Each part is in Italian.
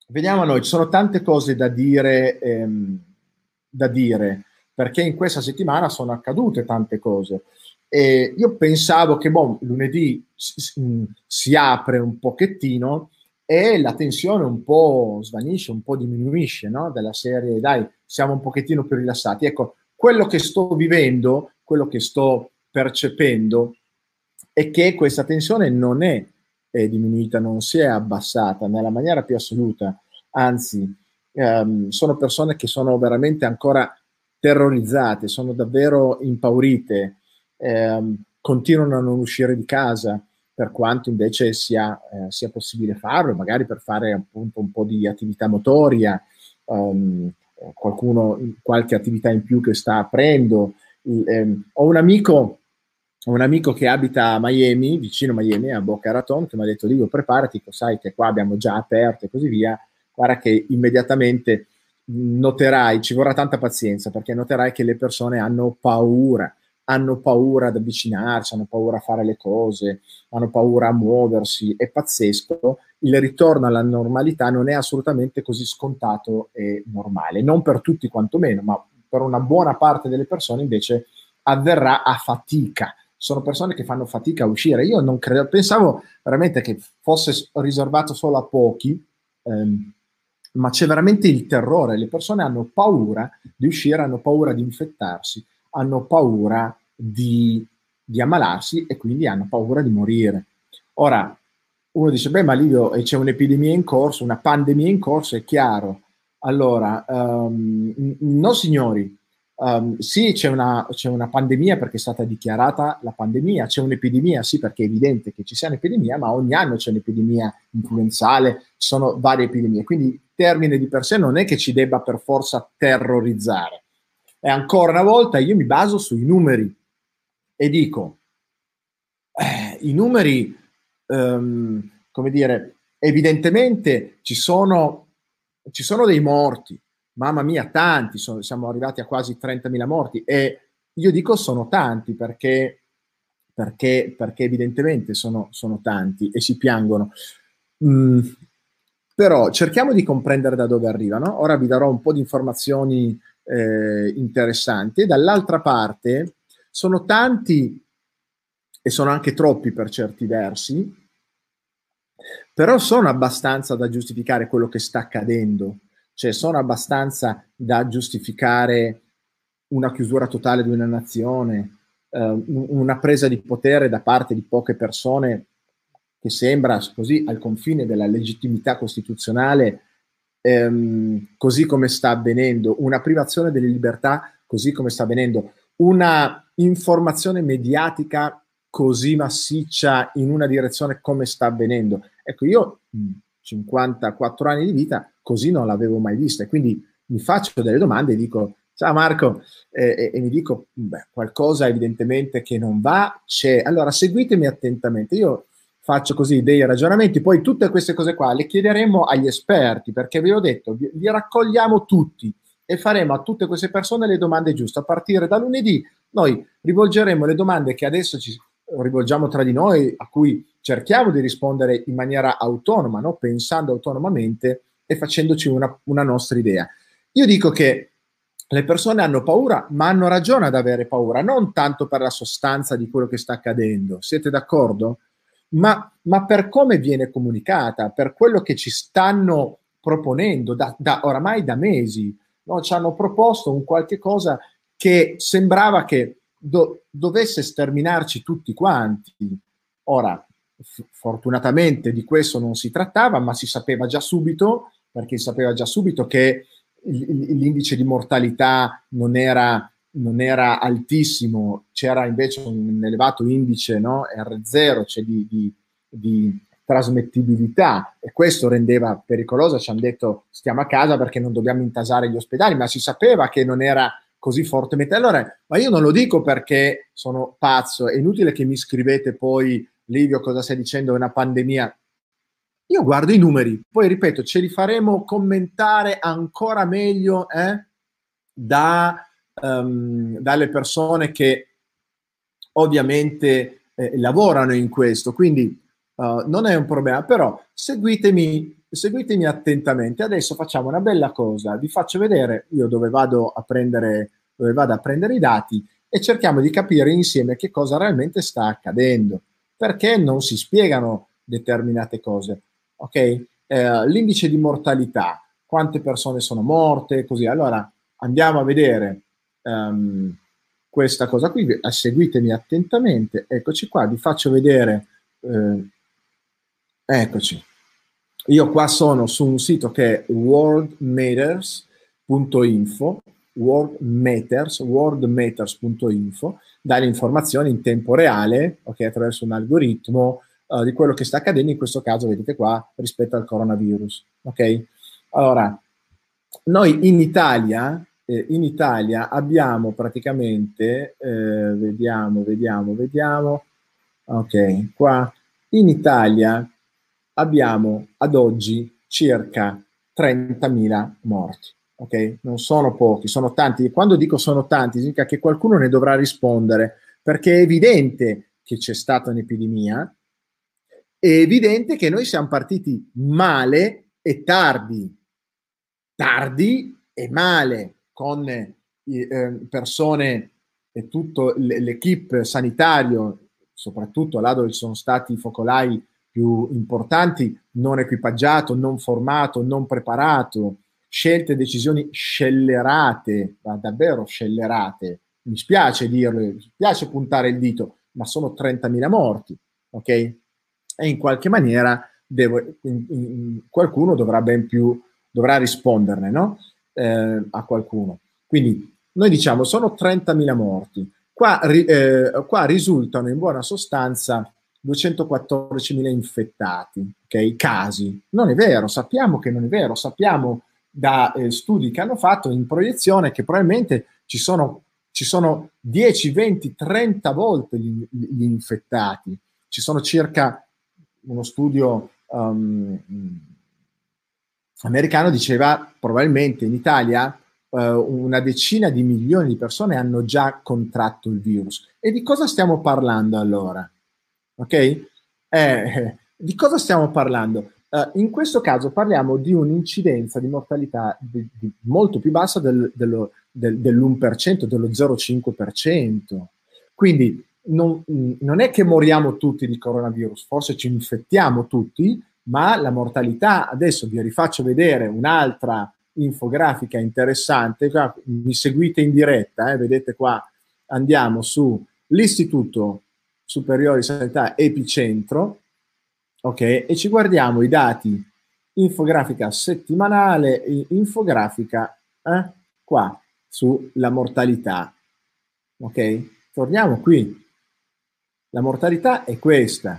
vediamo noi, ci sono tante cose da dire, perché in questa settimana sono accadute tante cose. E io pensavo che, boh, lunedì si apre un pochettino e la tensione un po' svanisce, un po' diminuisce, no? Della serie, dai, siamo un pochettino più rilassati. Ecco, quello che sto vivendo, quello che sto percependo è che questa tensione non è diminuita, non si è abbassata nella maniera più assoluta, anzi, sono persone che sono veramente ancora terrorizzate, sono davvero impaurite, continuano a non uscire di casa, per quanto invece sia possibile farlo, magari per fare appunto un po' di attività motoria, qualcuno qualche attività in più che sta aprendo. Ho un amico che abita a Miami, vicino a Miami, a Boca Raton, che mi ha detto: Livio, preparati, sai che qua abbiamo già aperto e così via. Guarda che immediatamente noterai, ci vorrà tanta pazienza, perché noterai che le persone hanno paura ad avvicinarsi, hanno paura a fare le cose, hanno paura a muoversi. È pazzesco. Il ritorno alla normalità non è assolutamente così scontato e normale. Non per tutti quantomeno, ma per una buona parte delle persone invece avverrà a fatica. Sono persone che fanno fatica a uscire. Io non credo, pensavo veramente che fosse riservato solo a pochi, ma c'è veramente il terrore. Le persone hanno paura di uscire, hanno paura di infettarsi, hanno paura di ammalarsi e quindi hanno paura di morire. Ora, uno dice: beh, ma Livio, c'è un'epidemia in corso, una pandemia in corso, è chiaro. Allora, no signori, sì, c'è una pandemia perché è stata dichiarata la pandemia, c'è un'epidemia, sì, perché è evidente che ci sia un'epidemia, ma ogni anno c'è un'epidemia influenzale, ci sono varie epidemie, quindi il termine di per sé non è che ci debba per forza terrorizzare. E ancora una volta io mi baso sui numeri e dico, i numeri, come dire, evidentemente ci sono dei morti, mamma mia, tanti, siamo arrivati a quasi 30.000 morti e io dico sono tanti perché evidentemente sono tanti e si piangono. Mm, però cerchiamo di comprendere da dove arrivano. Ora vi darò un po' di informazioni interessanti. E dall'altra parte sono tanti e sono anche troppi per certi versi, però sono abbastanza da giustificare quello che sta accadendo, cioè sono abbastanza da giustificare una chiusura totale di una nazione, una presa di potere da parte di poche persone che sembra così al confine della legittimità costituzionale, così come sta avvenendo, una privazione delle libertà così come sta avvenendo, una informazione mediatica così massiccia in una direzione come sta avvenendo. Ecco, io 54 anni di vita così non l'avevo mai vista e quindi mi faccio delle domande e dico: ciao Marco, e mi dico, beh, qualcosa evidentemente che non va, c'è. Allora, seguitemi attentamente. Io faccio così dei ragionamenti, poi tutte queste cose qua le chiederemo agli esperti, perché vi ho detto, li raccogliamo tutti e faremo a tutte queste persone le domande giuste. A partire da lunedì noi rivolgeremo le domande che adesso ci rivolgiamo tra di noi, a cui cerchiamo di rispondere in maniera autonoma, no? Pensando autonomamente e facendoci una nostra idea. Io dico che le persone hanno paura, ma hanno ragione ad avere paura, non tanto per la sostanza di quello che sta accadendo. Siete d'accordo? Ma per come viene comunicata, per quello che ci stanno proponendo oramai da mesi, no? Ci hanno proposto un qualche cosa che sembrava che dovesse sterminarci tutti quanti. Ora, fortunatamente di questo non si trattava, ma si sapeva già subito, perché si sapeva già subito che l'indice di mortalità non era altissimo, c'era invece un elevato indice, no? R0, cioè di trasmettibilità, e questo rendeva pericolosa. Ci hanno detto stiamo a casa perché non dobbiamo intasare gli ospedali, ma si sapeva che non era così fortemente. Allora, ma io non lo dico perché sono pazzo, è inutile che mi scrivete poi: Livio, cosa stai dicendo? È una pandemia. Io guardo i numeri, poi ripeto, ce li faremo commentare ancora meglio dalle persone che ovviamente lavorano in questo, quindi non è un problema, però seguitemi attentamente. Adesso facciamo una bella cosa, vi faccio vedere io dove vado a prendere i dati e cerchiamo di capire insieme che cosa realmente sta accadendo, perché non si spiegano determinate cose, ok? L'indice di mortalità, quante persone sono morte, così. Allora andiamo a vedere questa cosa qui, seguitemi attentamente, eccoci qua, vi faccio vedere, eccoci. Io qua sono su un sito che è worldmatters.info, worldmatters.info, dà le informazioni in tempo reale, ok, attraverso un algoritmo di quello che sta accadendo, in questo caso vedete qua, rispetto al coronavirus, ok? Allora, noi in Italia abbiamo praticamente, vediamo, ok, qua in Italia abbiamo ad oggi circa 30.000 morti, ok? Non sono pochi, sono tanti. Quando dico sono tanti, significa che qualcuno ne dovrà rispondere, perché è evidente che c'è stata un'epidemia, è evidente che noi siamo partiti male e tardi e male, con persone e tutto l'equipe sanitario, soprattutto là dove ci sono stati i focolai più importanti, non equipaggiato, non formato, non preparato, scelte e decisioni scellerate, ma davvero scellerate. Mi spiace dirlo, mi spiace puntare il dito, ma sono 30.000 morti, ok? E in qualche maniera qualcuno dovrà dovrà risponderne, no? A qualcuno. Quindi noi diciamo sono 30.000 morti. Qua risultano in buona sostanza 214.000 infettati, ok? Casi. Non è vero, sappiamo che non è vero, sappiamo da studi che hanno fatto in proiezione che probabilmente ci sono 10, 20, 30 volte gli infettati. Ci sono circa uno studio americano diceva probabilmente in Italia una decina di milioni di persone hanno già contratto il virus. E di cosa stiamo parlando allora? Ok? Di cosa stiamo parlando? In questo caso parliamo di un'incidenza di mortalità molto più bassa dell'1%, dello 0,5%. Quindi non è che moriamo tutti di coronavirus, forse ci infettiamo tutti, ma la mortalità, adesso vi rifaccio vedere un'altra infografica interessante, qua, mi seguite in diretta, vedete qua, andiamo su l'Istituto Superiore di Sanità Epicentro, ok, e ci guardiamo i dati, infografica settimanale, infografica qua sulla mortalità, ok, torniamo qui, la mortalità è questa,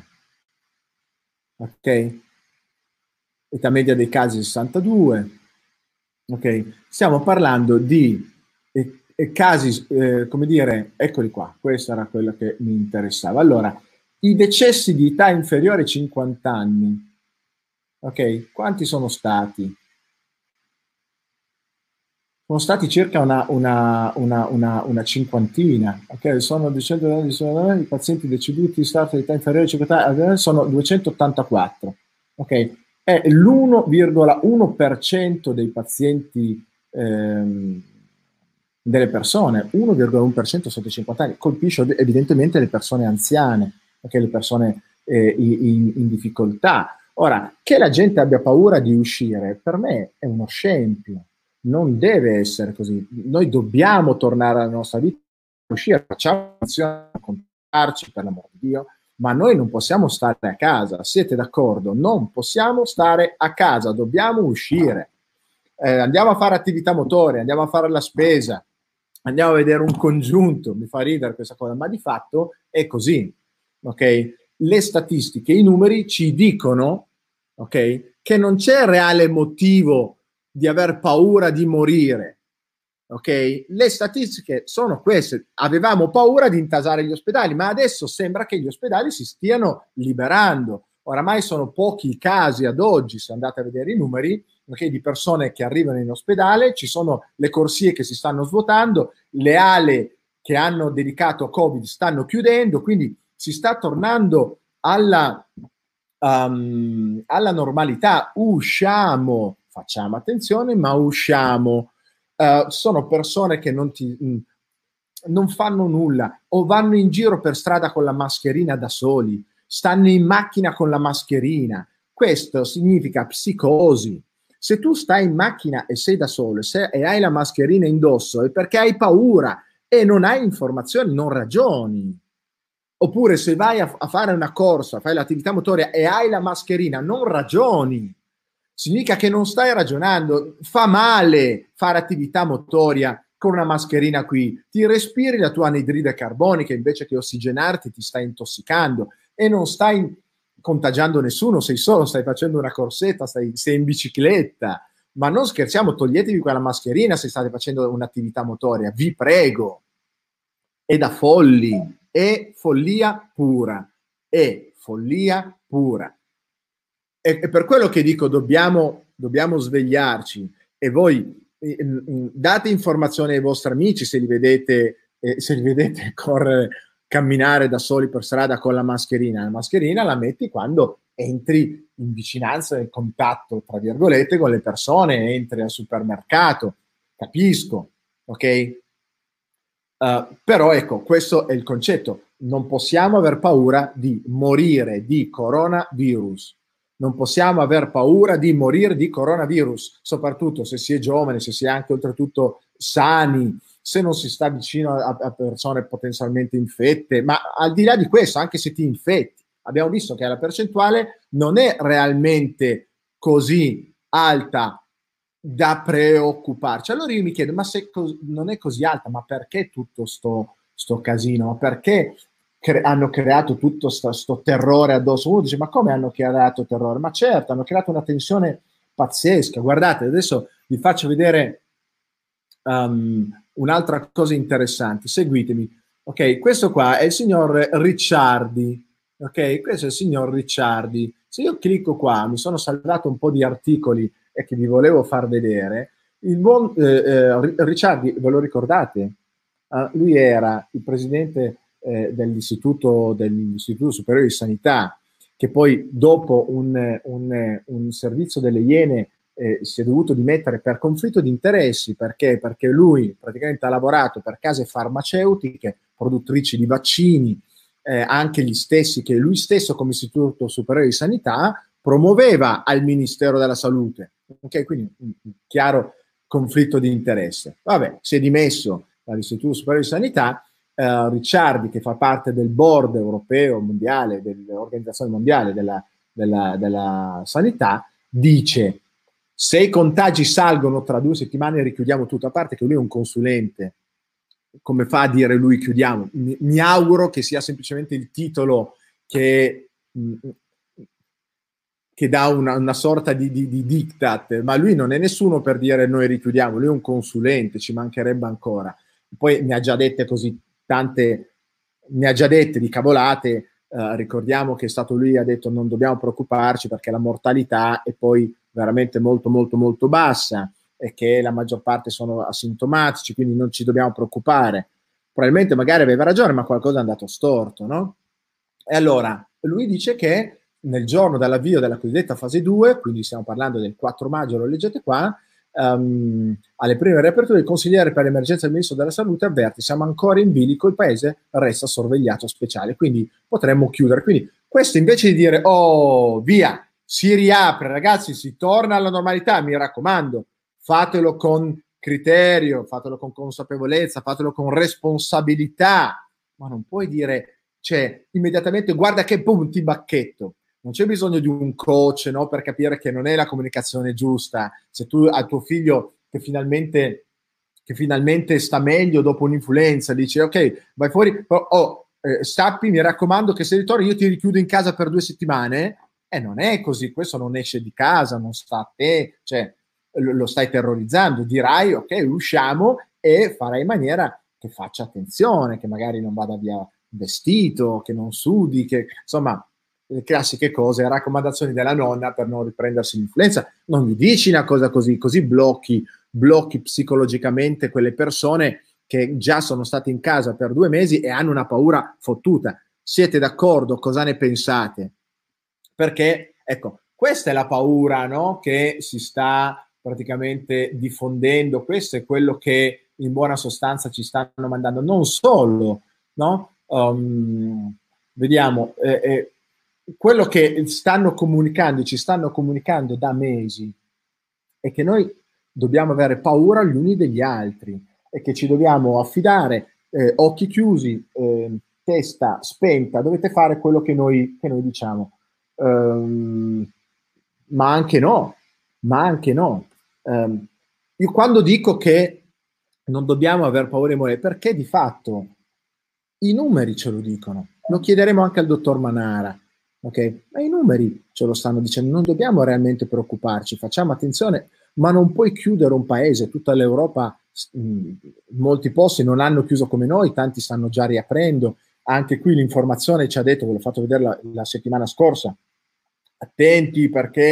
ok, età media dei casi 62, ok, stiamo parlando di casi, come dire, eccoli qua, questo era quello che mi interessava. Allora, i decessi di età inferiore ai 50 anni, ok, quanti sono stati? Sono stati circa una cinquantina, ok? Sono 200 i pazienti deceduti in stato di età inferiore ai 50 anni, sono 284, ok? È l'1,1% dei pazienti, delle persone, 1,1% sotto i 50 anni, colpisce evidentemente le persone anziane, okay? Le persone in difficoltà. Ora, che la gente abbia paura di uscire, per me è uno scempio. Non deve essere così. Noi dobbiamo tornare alla nostra vita, uscire, facciamo attenzione a contattarci, per l'amor di Dio, ma noi non possiamo stare a casa. Siete d'accordo? Non possiamo stare a casa, dobbiamo uscire. Andiamo a fare attività motorie, andiamo a fare la spesa, andiamo a vedere un congiunto, mi fa ridere questa cosa, ma di fatto è così, ok? Le statistiche, i numeri ci dicono, ok, che non c'è reale motivo di aver paura di morire, ok? Le statistiche sono queste. Avevamo paura di intasare gli ospedali, ma adesso sembra che gli ospedali si stiano liberando. Oramai sono pochi i casi ad oggi, se andate a vedere i numeri, okay, di persone che arrivano in ospedale, ci sono le corsie che si stanno svuotando, le ale che hanno dedicato a Covid stanno chiudendo, quindi si sta tornando alla alla normalità, usciamo, facciamo attenzione, ma usciamo. Sono persone che non fanno nulla o vanno in giro per strada con la mascherina da soli, stanno in macchina con la mascherina. Questo significa psicosi. Se tu stai in macchina e sei da solo e hai la mascherina indosso è perché hai paura e non hai informazioni, non ragioni. Oppure se vai a fare una corsa, fai l'attività motoria e hai la mascherina, non ragioni. Significa che non stai ragionando. Fa male fare attività motoria con una mascherina qui. Ti respiri la tua anidride carbonica invece che ossigenarti, ti stai intossicando e non stai contagiando nessuno, sei solo, stai facendo una corsetta, sei in bicicletta. Ma non scherziamo, toglietevi quella mascherina se state facendo un'attività motoria, vi prego. È da folli. È follia pura, è follia pura. È per quello che dico dobbiamo svegliarci e voi date informazioni ai vostri amici se li vedete correre, camminare da soli per strada con la mascherina. La mascherina la metti quando entri in vicinanza, in contatto, tra virgolette, con le persone, entri al supermercato. Capisco, ok? Però ecco, questo è il concetto. Non possiamo aver paura di morire di coronavirus. Non possiamo aver paura di morire di coronavirus, soprattutto se si è giovane, se si è anche oltretutto sani, se non si sta vicino a persone potenzialmente infette. Ma al di là di questo, anche se ti infetti, abbiamo visto che la percentuale non è realmente così alta da preoccuparci. Allora io mi chiedo, ma se non è così alta, ma perché tutto sto casino? Perché hanno creato tutto sto terrore addosso? Uno dice, ma come hanno creato terrore? Ma certo, hanno creato una tensione pazzesca. Guardate, adesso vi faccio vedere un'altra cosa interessante. Seguitemi. Ok, questo qua è il signor Ricciardi. Ok, questo è il signor Ricciardi. Se io clicco qua, mi sono salvato un po' di articoli e che vi volevo far vedere. Il buon Ricciardi, ve lo ricordate? Lui era il presidente dell'Istituto Superiore di Sanità, che poi dopo un servizio delle Iene si è dovuto dimettere per conflitto di interessi. Perché? Perché lui praticamente ha lavorato per case farmaceutiche, produttrici di vaccini, anche gli stessi che lui stesso come Istituto Superiore di Sanità promuoveva al Ministero della Salute. Ok, quindi un chiaro conflitto di interesse. Vabbè, si è dimesso dall'Istituto Superiore di Sanità. Ricciardi, che fa parte del board europeo mondiale, dell'Organizzazione Mondiale della Sanità, dice: se i contagi salgono tra 2 settimane richiudiamo tutto. A parte che lui è un consulente, come fa a dire lui chiudiamo? Mi auguro che sia semplicemente il titolo che dà una sorta di diktat, ma lui non è nessuno per dire noi richiudiamo, lui è un consulente, ci mancherebbe ancora. Poi ne ha già dette così tante, ne ha già dette di cavolate. Ricordiamo che è stato lui, ha detto non dobbiamo preoccuparci perché la mortalità è poi veramente molto molto molto bassa e che la maggior parte sono asintomatici, quindi non ci dobbiamo preoccupare. Probabilmente magari aveva ragione, ma qualcosa è andato storto, no? E allora lui dice che nel giorno dell'avvio della cosiddetta fase 2, quindi stiamo parlando del 4 maggio, lo leggete qua, alle prime riaperture il consigliere per l'emergenza del ministro della salute avverte: siamo ancora in bilico, il paese resta sorvegliato speciale, quindi potremmo chiudere. Quindi questo invece di dire oh via, si riapre ragazzi, si torna alla normalità, mi raccomando, fatelo con criterio, fatelo con consapevolezza, fatelo con responsabilità, ma non puoi dire, cioè, immediatamente guarda che boom, ti bacchetto. Non c'è bisogno di un coach, no, per capire che non è la comunicazione giusta. Se tu a tuo figlio che finalmente sta meglio dopo un'influenza, dici ok, vai fuori, sappi, mi raccomando che se ritorni io ti richiudo in casa per 2 settimane, non è così, questo non esce di casa, non sta a te, cioè lo stai terrorizzando, dirai ok, usciamo e farai in maniera che faccia attenzione, che magari non vada via vestito, che non sudi, che insomma le classiche cose, raccomandazioni della nonna per non riprendersi l'influenza. Non gli dici una cosa così blocchi psicologicamente quelle persone che già sono state in casa per 2 mesi e hanno una paura fottuta. Siete d'accordo? Cosa ne pensate? Perché, ecco, questa è la paura, no? Che si sta praticamente diffondendo, questo è quello che in buona sostanza ci stanno mandando, non solo, no? Vediamo, quello che stanno comunicando, ci stanno comunicando da mesi è che noi dobbiamo avere paura gli uni degli altri e che ci dobbiamo affidare, occhi chiusi, testa spenta, dovete fare quello che noi diciamo. Ma anche no, ma anche no. Io quando dico che non dobbiamo aver paura di morire, perché di fatto i numeri ce lo dicono. Lo chiederemo anche al dottor Manara, ok? Ma i numeri ce lo stanno dicendo, non dobbiamo realmente preoccuparci, facciamo attenzione, ma non puoi chiudere un paese, tutta l'Europa, molti posti non hanno chiuso come noi, tanti stanno già riaprendo. Anche qui l'informazione ci ha detto, ve l'ho fatto vedere la settimana scorsa, attenti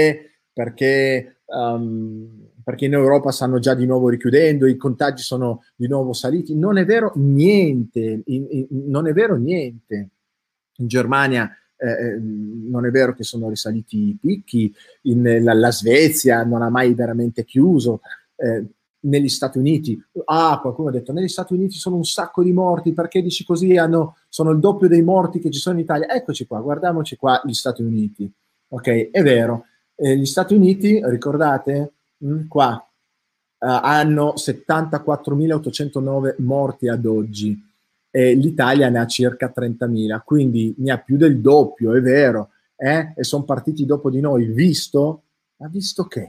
perché in Europa stanno già di nuovo richiudendo, i contagi sono di nuovo saliti. Non è vero niente, non è vero niente. In Germania non è vero che sono risaliti i picchi, la Svezia non ha mai veramente chiuso. Negli Stati Uniti, qualcuno ha detto negli Stati Uniti sono un sacco di morti, perché dici così, sono il doppio dei morti che ci sono in Italia. Eccoci qua, guardiamoci qua gli Stati Uniti. Ok, è vero. Gli Stati Uniti, ricordate, qua hanno 74.809 morti ad oggi e l'Italia ne ha circa 30.000, quindi ne ha più del doppio, è vero, e sono partiti dopo di noi, ma visto che,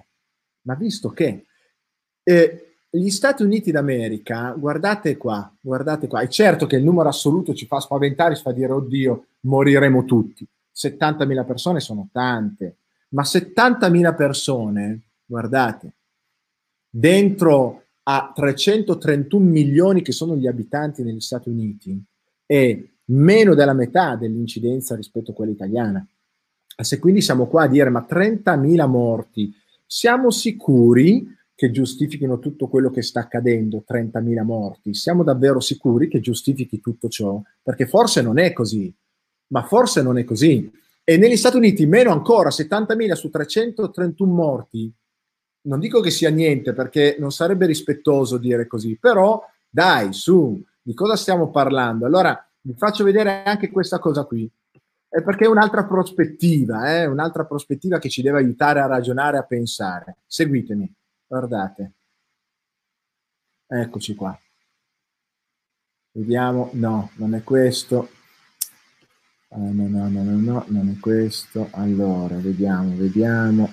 gli Stati Uniti d'America, guardate qua, è certo che il numero assoluto ci fa spaventare, ci fa dire, oddio, moriremo tutti. 70.000 persone sono tante, ma 70.000 persone, guardate, dentro a 331 milioni che sono gli abitanti negli Stati Uniti, è meno della metà dell'incidenza rispetto a quella italiana. Se quindi siamo qua a dire, ma 30.000 morti, siamo sicuri che giustifichino tutto quello che sta accadendo, 30.000 morti? Siamo davvero sicuri che giustifichi tutto ciò? Perché forse non è così, ma forse non è così. E negli Stati Uniti meno ancora, 70.000 su 331 morti. Non dico che sia niente, perché non sarebbe rispettoso dire così, però dai, su, di cosa stiamo parlando? Allora, vi faccio vedere anche questa cosa qui. È perché è un'altra prospettiva che ci deve aiutare a ragionare, a pensare. Seguitemi, guardate. Eccoci qua. Vediamo, no, non è questo. No, non è questo. Allora, vediamo.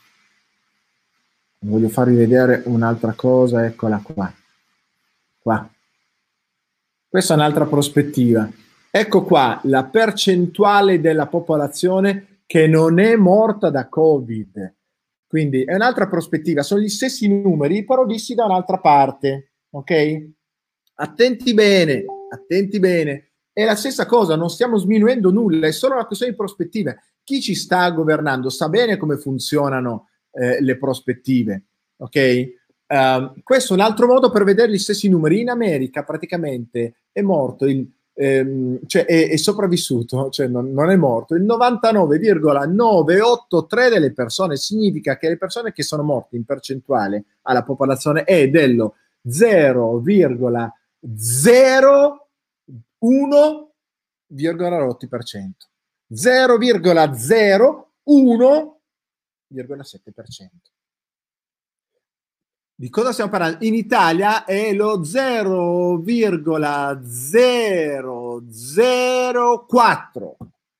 Voglio farvi vedere un'altra cosa, eccola qua. Questa è un'altra prospettiva. Ecco qua la percentuale della popolazione che non è morta da Covid. Quindi è un'altra prospettiva, sono gli stessi numeri, però visti da un'altra parte, ok? Attenti bene, è la stessa cosa, non stiamo sminuendo nulla, è solo una questione di prospettive. Chi ci sta governando sa bene come funzionano le prospettive, ok? Questo è un altro modo per vedere gli stessi numeri. In America praticamente è morto cioè è sopravvissuto, cioè non è morto il 99,983 delle persone. Significa che le persone che sono morte in percentuale alla popolazione è dello 0,01,7%. 0,01,7%. Di cosa stiamo parlando? In Italia è lo 0,004.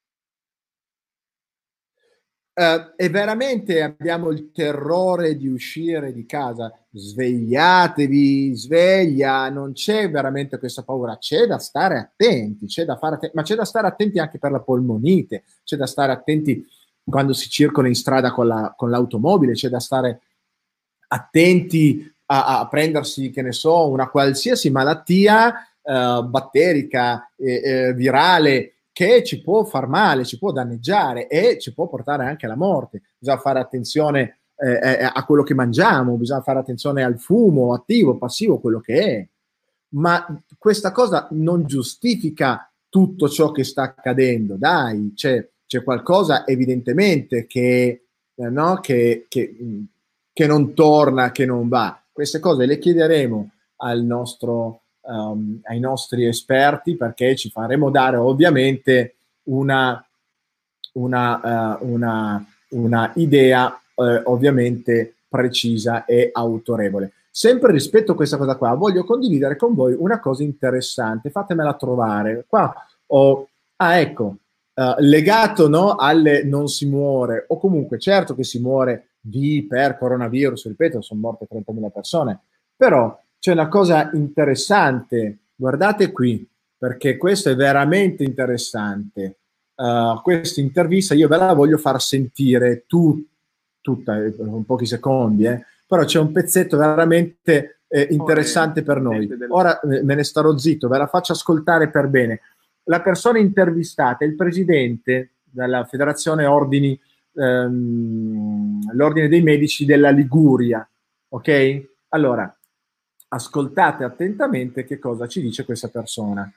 E veramente abbiamo il terrore di uscire di casa. Svegliatevi, sveglia, non c'è veramente questa paura, c'è da stare attenti, ma c'è da stare attenti anche per la polmonite, c'è da stare attenti quando si circola in strada con l'automobile, c'è da stare attenti a prendersi, che ne so, una qualsiasi malattia batterica, virale, che ci può far male, ci può danneggiare e ci può portare anche alla morte. Bisogna fare attenzione a quello che mangiamo, bisogna fare attenzione al fumo, attivo, passivo, quello che è. Ma questa cosa non giustifica tutto ciò che sta accadendo, dai, cioè, c'è qualcosa evidentemente no? che non torna, che non va. Queste cose le chiederemo ai nostri esperti, perché ci faremo dare ovviamente una idea ovviamente precisa e autorevole. Sempre rispetto a questa cosa qua, voglio condividere con voi una cosa interessante, fatemela trovare. Qua ecco, legato, no, alle non si muore, o comunque certo che si muore per coronavirus, ripeto, sono morte 30.000 persone, però c'è una cosa interessante, guardate qui, perché questo è veramente interessante. Questa intervista io ve la voglio far sentire tutta, in pochi secondi, però c'è un pezzetto veramente interessante per noi. Ora me ne starò zitto, ve la faccio ascoltare per bene. La persona intervistata è il presidente della Federazione Ordini, l'Ordine dei Medici della Liguria, ok? Allora, ascoltate attentamente che cosa ci dice questa persona.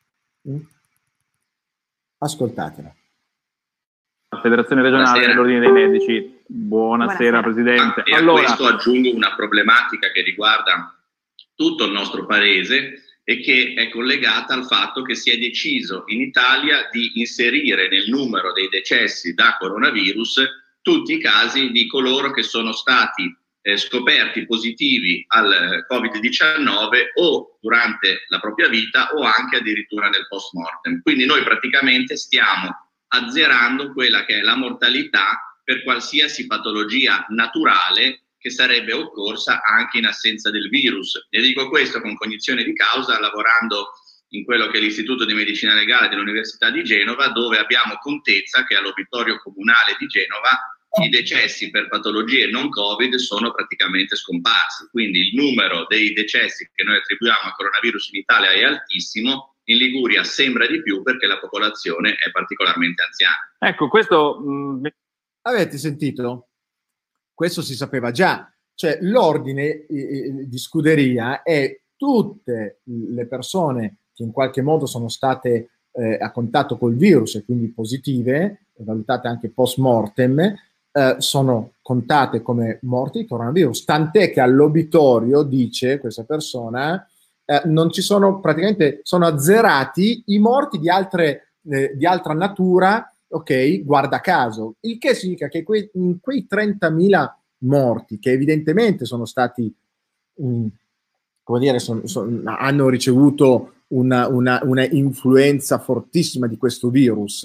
Ascoltatela. Federazione regionale dell'Ordine dei Medici. Buonasera, Presidente. E allora, a questo aggiungo una problematica che riguarda tutto il nostro paese e che è collegata al fatto che si è deciso in Italia di inserire nel numero dei decessi da coronavirus tutti i casi di coloro che sono stati scoperti positivi al Covid-19 o durante la propria vita o anche addirittura nel post-mortem. Quindi noi praticamente stiamo azzerando quella che è la mortalità per qualsiasi patologia naturale che sarebbe occorsa anche in assenza del virus. Ne dico questo con cognizione di causa, lavorando in quello che è l'Istituto di Medicina Legale dell'Università di Genova, dove abbiamo contezza che all'Obitorio Comunale di Genova i decessi per patologie non Covid sono praticamente scomparsi. Quindi il numero dei decessi che noi attribuiamo al coronavirus in Italia è altissimo, in Liguria sembra di più perché la popolazione è particolarmente anziana. Ecco, questo... Avete sentito? Questo si sapeva già. Cioè l'ordine di scuderia è tutte le persone che in qualche modo sono state a contatto col virus e quindi positive, valutate anche post mortem, sono contate come morti di coronavirus, tant'è che all'obitorio, dice questa persona, non ci sono, praticamente sono azzerati i morti di altra natura, ok, guarda caso, il che significa che in quei 30.000 morti, che evidentemente sono stati, come dire, hanno ricevuto una influenza fortissima di questo virus,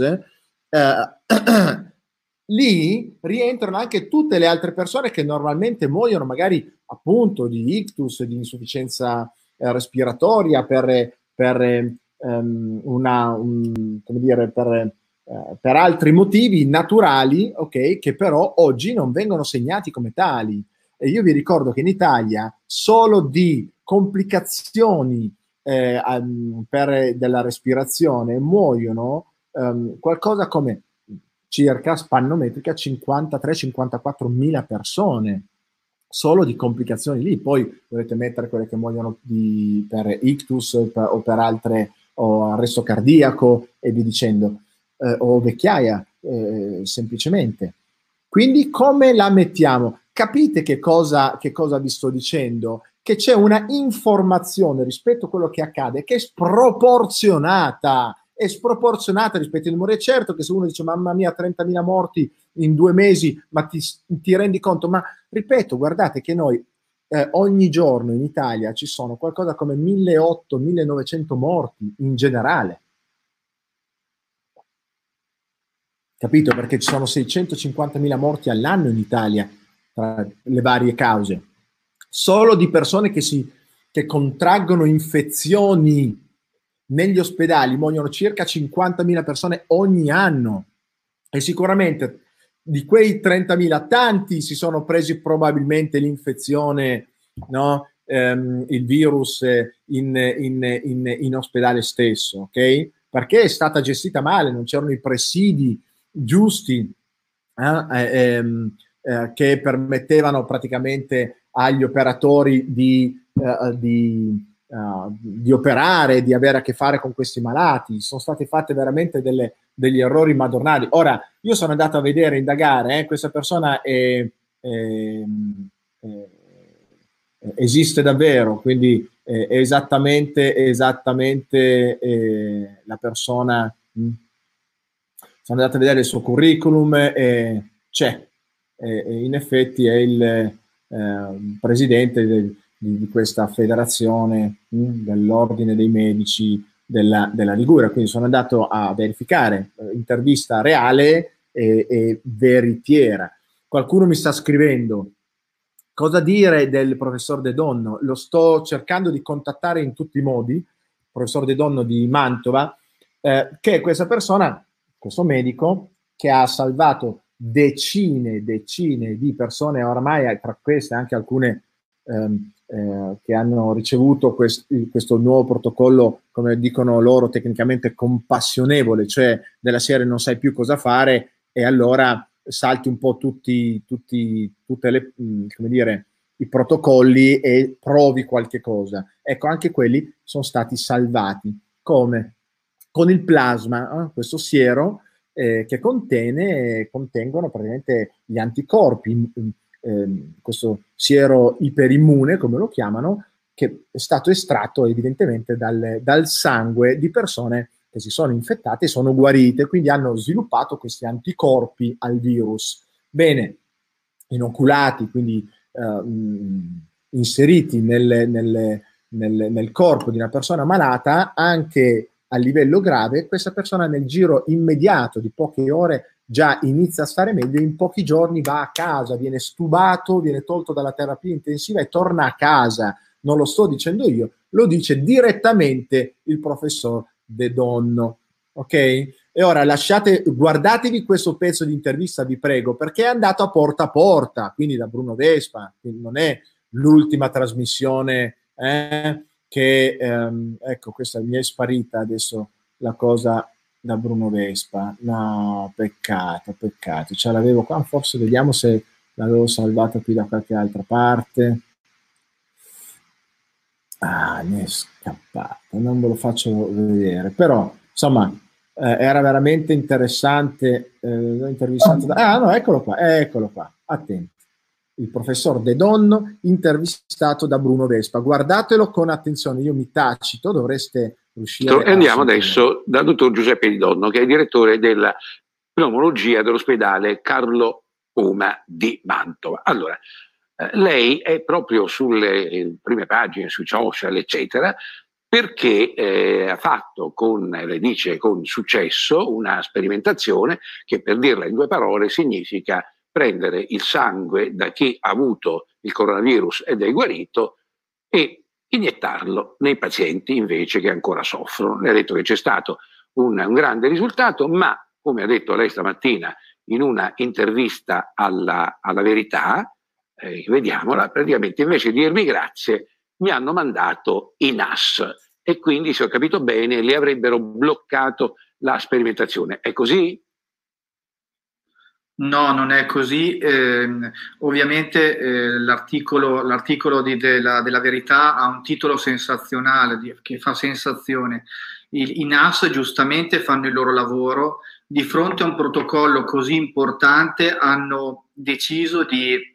lì rientrano anche tutte le altre persone che normalmente muoiono magari appunto di ictus, di insufficienza respiratoria per altri motivi naturali, ok, che però oggi non vengono segnati come tali. E io vi ricordo che in Italia solo di complicazioni della respirazione muoiono qualcosa come circa spannometrica 53-54 mila persone solo di complicazioni lì. Poi dovete mettere quelle che muoiono per ictus o per altre, o arresto cardiaco e via dicendo, o vecchiaia semplicemente. Quindi come la mettiamo? Capite che cosa vi sto dicendo? Che c'è una informazione rispetto a quello che accade che è sproporzionata rispetto al morire. Certo che se uno dice mamma mia 30.000 morti in 2 mesi, ma ti rendi conto? Ma ripeto, guardate che noi ogni giorno in Italia ci sono qualcosa come 1.800-1.900 morti in generale. Capito? Perché ci sono 650.000 morti all'anno in Italia tra le varie cause. Solo di persone che contraggono infezioni negli ospedali muoiono circa 50.000 persone ogni anno. E sicuramente di quei 30.000 tanti si sono presi probabilmente l'infezione, no? Il virus in ospedale stesso, ok? Perché è stata gestita male, non c'erano i presidi giusti che permettevano praticamente agli operatori di di operare, di avere a che fare con questi malati. Sono state fatte veramente degli errori madornali. Ora, io sono andato a vedere, indagare, questa persona esiste davvero, quindi è esattamente la persona. Sono andato a vedere il suo curriculum e c'è, in effetti è il presidente di questa federazione dell'ordine dei medici della Liguria, quindi sono andato a verificare, intervista reale e veritiera. Qualcuno mi sta scrivendo: cosa dire del professor De Donno? Lo sto cercando di contattare in tutti i modi, il professor De Donno di Mantova, che è questa persona, questo medico, che ha salvato decine di persone, oramai tra queste anche alcune che hanno ricevuto questo nuovo protocollo, come dicono loro tecnicamente, compassionevole, cioè della serie non sai più cosa fare e allora salti un po' tutte le, come dire, i protocolli e provi qualche cosa. Ecco, anche quelli sono stati salvati. Come? Con il plasma, questo siero che contengono praticamente gli anticorpi, questo siero iperimmune, come lo chiamano, che è stato estratto evidentemente dal sangue di persone che si sono infettate e sono guarite, quindi hanno sviluppato questi anticorpi al virus. Bene, inoculati, quindi inseriti nel corpo di una persona malata, anche a livello grave, questa persona nel giro immediato di poche ore già inizia a stare meglio, in pochi giorni va a casa, viene stubato, viene tolto dalla terapia intensiva e torna a casa. Non lo sto dicendo io, lo dice direttamente il professor De Donno, ok? E ora guardatevi questo pezzo di intervista, vi prego, perché è andato a porta, quindi da Bruno Vespa, quindi non è l'ultima trasmissione, che ecco, questa mi è sparita adesso la cosa da Bruno Vespa. No, peccato, ce l'avevo qua, forse vediamo se l'avevo salvata qui da qualche altra parte. Mi è scappato, non ve lo faccio vedere, però insomma era veramente interessante. L'ho intervistato no, eccolo qua, attenti. Il professor De Donno intervistato da Bruno Vespa. Guardatelo con attenzione, io mi tacito, dovreste riuscire e andiamo adesso dal dottor Giuseppe Di Donno, che è direttore della pneumologia dell'ospedale Carlo Uma di Mantova. Allora, lei è proprio sulle prime pagine, sui social, eccetera, perché ha fatto lei dice con successo, una sperimentazione che, per dirla in due parole, significa prendere il sangue da chi ha avuto il coronavirus ed è guarito e iniettarlo nei pazienti invece che ancora soffrono. Lei ha detto che c'è stato un grande risultato, ma, come ha detto lei stamattina in una intervista alla Verità, vediamola, praticamente invece di dirmi grazie mi hanno mandato i NAS e quindi, se ho capito bene, li avrebbero bloccato la sperimentazione. È così? No, non è così. Ovviamente l'articolo della Verità ha un titolo sensazionale che fa sensazione. I NAS giustamente fanno il loro lavoro. Di fronte a un protocollo così importante hanno deciso di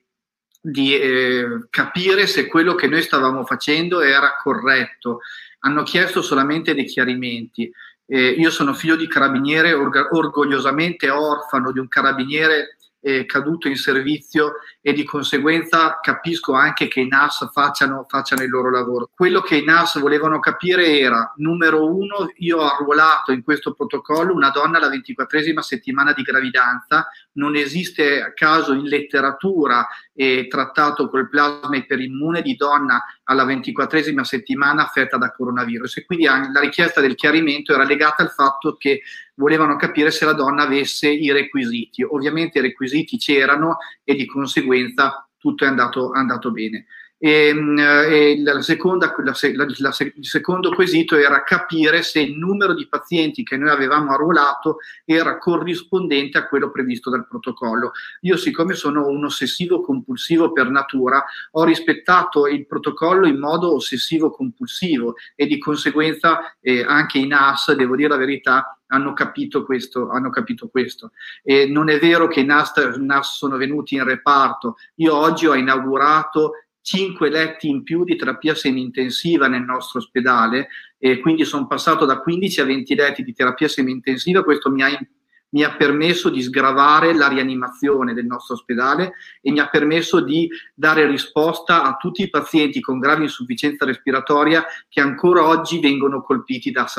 capire se quello che noi stavamo facendo era corretto. Hanno chiesto solamente dei chiarimenti. Io sono figlio di carabiniere, orgogliosamente orfano di un carabiniere caduto in servizio, e di conseguenza capisco anche che i NAS facciano il loro lavoro. Quello che i NAS volevano capire era: numero uno, io ho arruolato in questo protocollo una donna alla 24esima settimana di gravidanza, non esiste a caso in letteratura trattato col plasma iperimmune di donna alla 24esima settimana affetta da coronavirus, e quindi la richiesta del chiarimento era legata al fatto che volevano capire se la donna avesse i requisiti. Ovviamente i requisiti c'erano e di conseguenza tutto è andato bene. Il secondo quesito era capire se il numero di pazienti che noi avevamo arruolato era corrispondente a quello previsto dal protocollo. Io, siccome sono un ossessivo compulsivo per natura, ho rispettato il protocollo in modo ossessivo compulsivo e di conseguenza anche i NAS, devo dire la verità, hanno capito questo. E non è vero che i NAS sono venuti in reparto. Io oggi ho inaugurato 5 letti in più di terapia semi-intensiva nel nostro ospedale, e quindi sono passato da 15 a 20 letti di terapia semi-intensiva. Questo mi ha permesso di sgravare la rianimazione del nostro ospedale e mi ha permesso di dare risposta a tutti i pazienti con grave insufficienza respiratoria che ancora oggi vengono colpiti da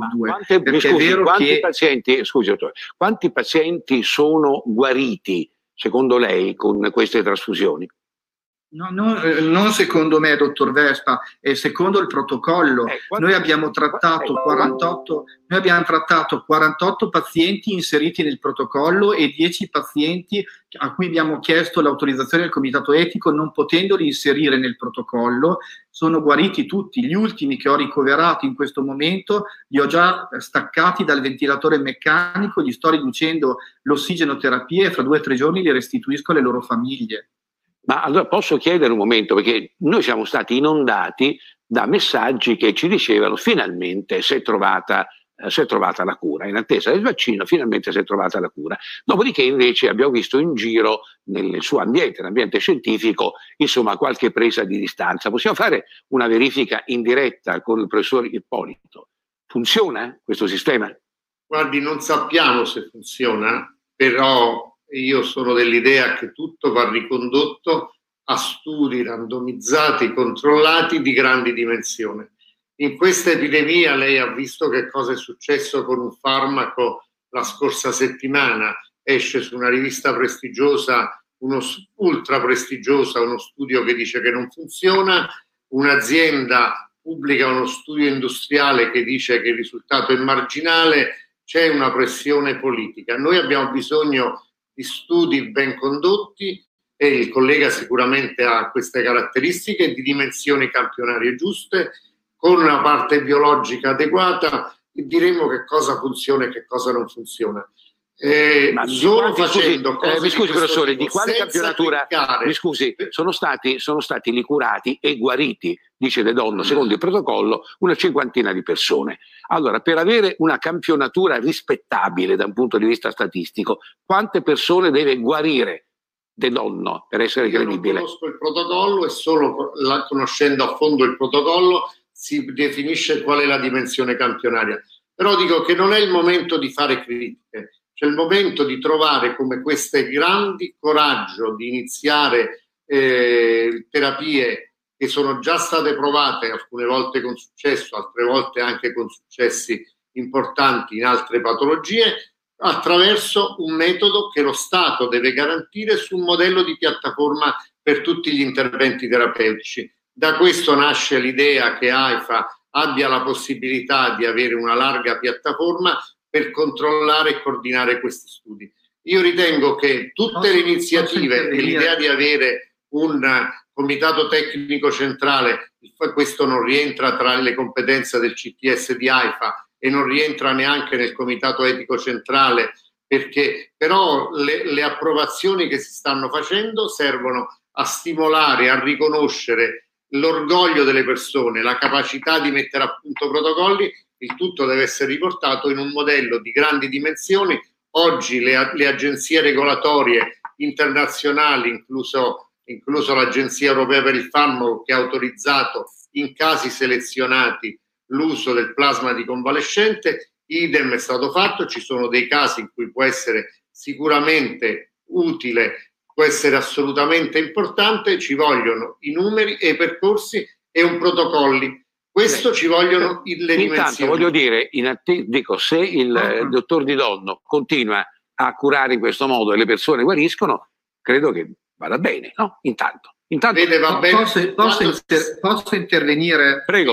SARS-CoV-2. Quanti pazienti sono guariti secondo lei con queste trasfusioni? No, non secondo me, dottor Vespa, secondo il protocollo. Noi abbiamo trattato 48 pazienti inseriti nel protocollo e 10 pazienti a cui abbiamo chiesto l'autorizzazione del comitato etico, non potendoli inserire nel protocollo. Sono guariti tutti. Gli ultimi che ho ricoverato in questo momento li ho già staccati dal ventilatore meccanico, gli sto riducendo l'ossigenoterapia e fra 2 o 3 giorni li restituisco alle loro famiglie. Ma allora posso chiedere un momento, perché noi siamo stati inondati da messaggi che ci dicevano finalmente si è trovata la cura, in attesa del vaccino finalmente si è trovata la cura. Dopodiché invece abbiamo visto in giro nel suo ambiente, l'ambiente scientifico, insomma qualche presa di distanza. Possiamo fare una verifica in diretta con il professor Ippolito? Funziona questo sistema? Guardi, non sappiamo se funziona, però io sono dell'idea che tutto va ricondotto a studi randomizzati, controllati di grandi dimensioni. In questa epidemia lei ha visto che cosa è successo con un farmaco la scorsa settimana. Esce su una rivista prestigiosa, ultra prestigiosa, uno studio che dice che non funziona, un'azienda pubblica uno studio industriale che dice che il risultato è marginale, c'è una pressione politica. Noi abbiamo bisogno di studi ben condotti, e il collega sicuramente ha queste caratteristiche, di dimensioni campionarie giuste, con una parte biologica adeguata, e diremo che cosa funziona e che cosa non funziona. Solo facendo cose mi scusi professore, tipo, di quale campionatura mi scusi, sono stati curati e guariti, dice De Donno, secondo il protocollo, una 50ina di persone. Allora, per avere una campionatura rispettabile da un punto di vista statistico, quante persone deve guarire De Donno per essere credibile? Io non conosco il protocollo e solo conoscendo a fondo il protocollo si definisce qual è la dimensione campionaria. Però dico che non è il momento di fare critiche. C'è il momento di trovare come queste grandi coraggio di iniziare terapie che sono già state provate, alcune volte con successo, altre volte anche con successi importanti in altre patologie, attraverso un metodo che lo Stato deve garantire su un modello di piattaforma per tutti gli interventi terapeutici. Da questo nasce l'idea che AIFA abbia la possibilità di avere una larga piattaforma per controllare e coordinare questi studi. Io ritengo che tutte le iniziative e l'idea di avere un comitato tecnico centrale, questo non rientra tra le competenze del CTS di AIFA e non rientra neanche nel comitato etico centrale, perché però le approvazioni che si stanno facendo servono a stimolare, a riconoscere l'orgoglio delle persone, la capacità di mettere a punto protocolli. Il tutto deve essere riportato in un modello di grandi dimensioni. Oggi le agenzie regolatorie internazionali, incluso l'Agenzia Europea per il Farmaco, che ha autorizzato in casi selezionati l'uso del plasma di convalescente, idem è stato fatto. Ci sono dei casi in cui può essere sicuramente utile, può essere assolutamente importante. Ci vogliono i numeri e i percorsi e un protocolli. Questo ci vogliono le dimensioni. Intanto voglio dire, se il dottor Di Donno continua a curare in questo modo e le persone guariscono, credo che vada bene, no? Intanto vede, va bene. Posso intervenire? Prego.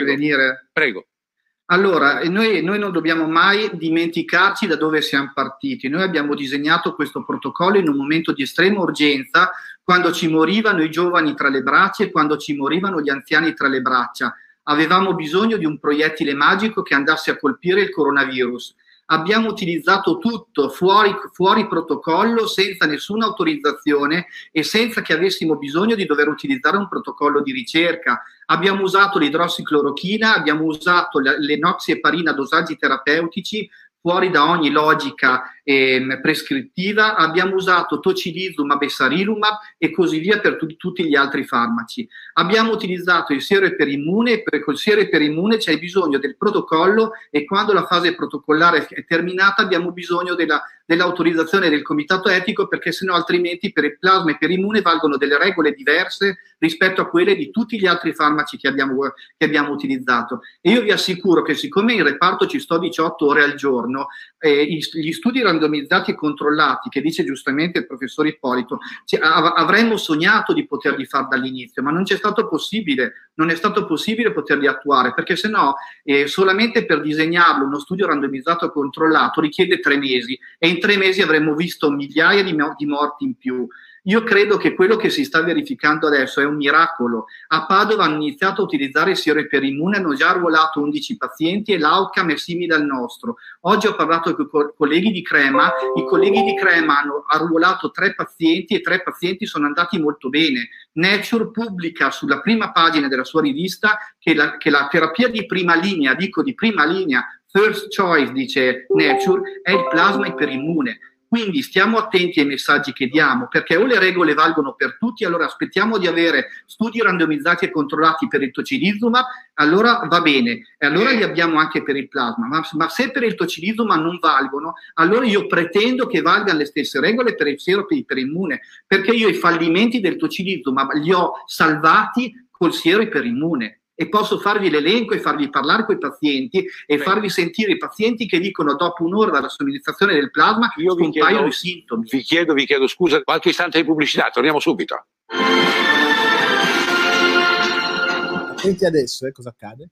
Allora, noi non dobbiamo mai dimenticarci da dove siamo partiti. Noi abbiamo disegnato questo protocollo in un momento di estrema urgenza, quando ci morivano i giovani tra le braccia e quando ci morivano gli anziani tra le braccia. Avevamo bisogno di un proiettile magico che andasse a colpire il coronavirus. Abbiamo utilizzato tutto fuori protocollo, senza nessuna autorizzazione e senza che avessimo bisogno di dover utilizzare un protocollo di ricerca. Abbiamo usato l'idrossiclorochina, abbiamo usato l'enoxieparina a dosaggi terapeutici fuori da ogni logica prescrittiva, abbiamo usato tocilizumab e sarilumab e così via per tutti gli altri farmaci. Abbiamo utilizzato il siero iperimmune, perché col siero iperimmune c'è bisogno del protocollo e quando la fase protocollare è terminata abbiamo bisogno dell'autorizzazione del comitato etico, perché sennò altrimenti per il plasma iperimmune valgono delle regole diverse rispetto a quelle di tutti gli altri farmaci che abbiamo utilizzato. E io vi assicuro che siccome in reparto ci sto 18 ore al giorno, gli studi randomizzati e controllati, che dice giustamente il professor Ippolito, avremmo sognato di poterli fare dall'inizio, ma non è stato possibile poterli attuare, perché sennò solamente per disegnarlo uno studio randomizzato e controllato richiede 3 mesi e in 3 mesi avremmo visto migliaia di morti in più. Io credo che quello che si sta verificando adesso è un miracolo. A Padova hanno iniziato a utilizzare il siero iperimmune, hanno già arruolato 11 pazienti e l'outcome è simile al nostro. Oggi ho parlato con i colleghi di Crema, i colleghi di Crema hanno arruolato 3 pazienti e 3 pazienti sono andati molto bene. Nature pubblica sulla prima pagina della sua rivista che la terapia di prima linea, first choice, dice Nature, è il plasma iperimmune. Quindi stiamo attenti ai messaggi che diamo, perché o le regole valgono per tutti, allora aspettiamo di avere studi randomizzati e controllati per il tocilizumab, allora va bene, e allora li abbiamo anche per il plasma, ma se per il tocilizumab non valgono, allora io pretendo che valgano le stesse regole per il siero iperimmune, perché io i fallimenti del tocilizumab li ho salvati col siero iperimmune. E posso farvi l'elenco e farvi parlare con i pazienti e farvi sentire i pazienti che dicono dopo un'ora dalla somministrazione del plasma scompaiono i sintomi. Vi chiedo scusa, qualche istante di pubblicità, torniamo subito. Attenti adesso, cosa accade?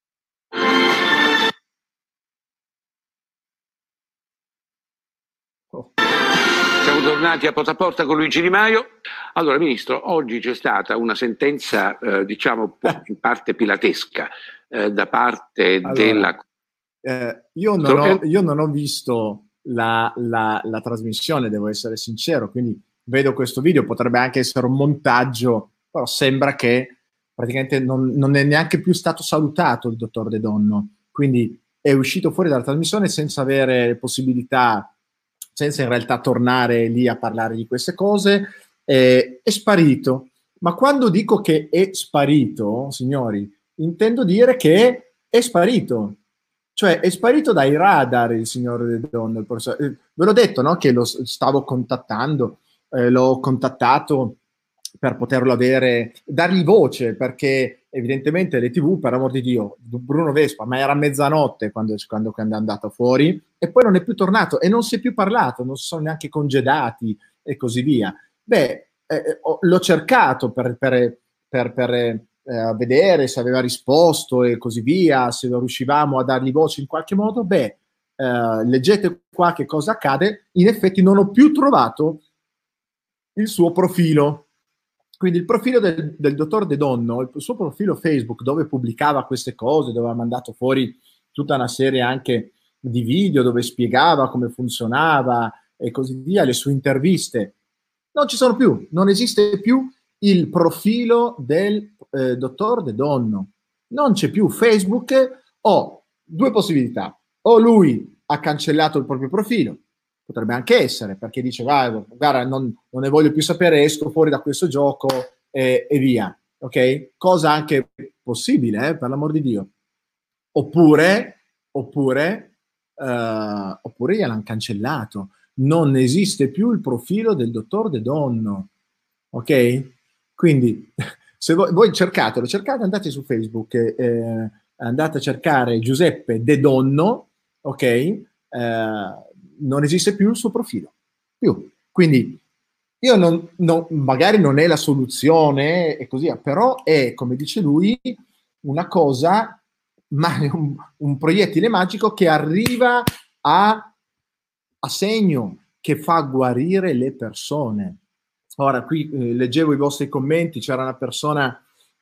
Siamo tornati a Porta a Porta con Luigi Di Maio. Allora, Ministro, oggi c'è stata una sentenza, diciamo, in parte pilatesca da parte della... Io non ho visto la trasmissione, devo essere sincero, quindi vedo questo video, potrebbe anche essere un montaggio, però sembra che praticamente non è neanche più stato salutato il dottor De Donno, quindi è uscito fuori dalla trasmissione senza avere possibilità, senza in realtà tornare lì a parlare di queste cose, è sparito. Ma quando dico che è sparito, signori, intendo dire che è sparito. Cioè è sparito dai radar il signor De Donno. Ve l'ho detto, no? Che lo stavo contattando, l'ho contattato per poterlo avere, dargli voce, perché evidentemente le TV, per amor di Dio, Bruno Vespa, ma era mezzanotte quando è andato fuori e poi non è più tornato e non si è più parlato, non si sono neanche congedati e così via. Beh, l'ho cercato per vedere se aveva risposto e così via, se riuscivamo a dargli voce in qualche modo. Beh, leggete qua che cosa accade. In effetti non ho più trovato il suo profilo. Quindi il profilo del dottor De Donno, il suo profilo Facebook, dove pubblicava queste cose, dove ha mandato fuori tutta una serie anche di video dove spiegava come funzionava e così via, le sue interviste, non ci sono più, non esiste più il profilo del dottor De Donno, non c'è più. Facebook, ho 2 possibilità: o lui ha cancellato il proprio profilo, potrebbe anche essere, perché dice guarda, non ne voglio più sapere, esco fuori da questo gioco e via, ok? Cosa anche possibile, per l'amor di Dio. Oppure gliel'hanno cancellato, non esiste più il profilo del dottor De Donno, ok? Quindi se voi cercate, andate su Facebook, andate a cercare Giuseppe De Donno, ok? Non esiste più il suo profilo, più. Quindi io magari non è la soluzione e così via, però è, come dice lui, una cosa, ma è un proiettile magico che arriva a segno, che fa guarire le persone. ora qui leggevo i vostri commenti, c'era una persona,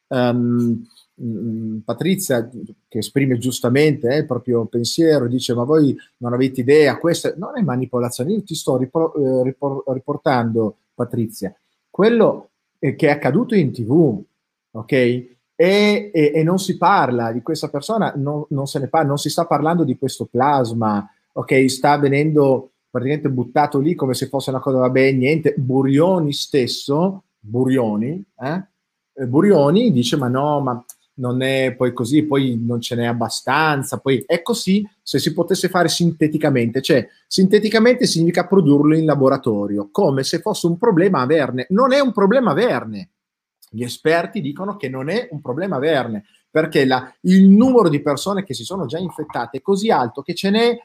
Patrizia, che esprime giustamente il proprio pensiero, dice ma voi non avete idea, questa non è manipolazione, io ti sto riportando, Patrizia, quello che è accaduto in TV, ok? E non si parla di questa persona, non se ne parla, non si sta parlando di questo plasma, ok? Sta venendo praticamente buttato lì come se fosse una cosa, vabbè, niente. Burioni stesso, Burioni dice ma no, ma non è poi così, poi non ce n'è abbastanza, poi è così se si potesse fare sinteticamente, cioè sinteticamente significa produrlo in laboratorio, come se fosse un problema averne. Non è un problema averne. Gli esperti dicono che non è un problema averne, perché il numero di persone che si sono già infettate è così alto che ce n'è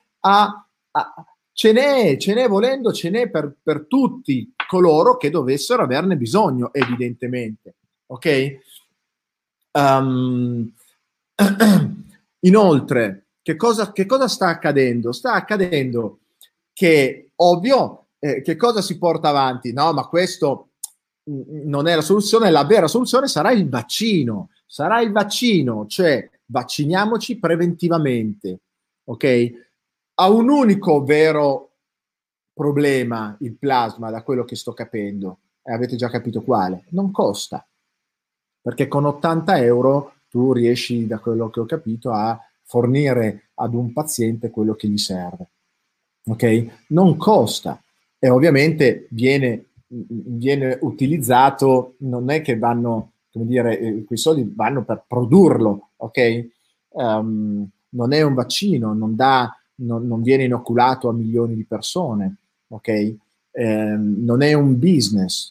volendo, ce n'è per tutti coloro che dovessero averne bisogno, evidentemente. Ok? Inoltre, che cosa sta accadendo? Sta accadendo che, ovvio, che cosa si porta avanti? No, ma questo non è la soluzione, la vera soluzione sarà il vaccino, cioè vacciniamoci preventivamente, ok? Ha un unico vero problema il plasma, da quello che sto capendo, e avete già capito quale: non costa, perché con 80 euro tu riesci, da quello che ho capito, a fornire ad un paziente quello che gli serve, ok? Non costa, e ovviamente viene utilizzato, non è che vanno, come dire, quei soldi vanno per produrlo, ok? Non è un vaccino, non viene inoculato a milioni di persone, ok? Non è un business,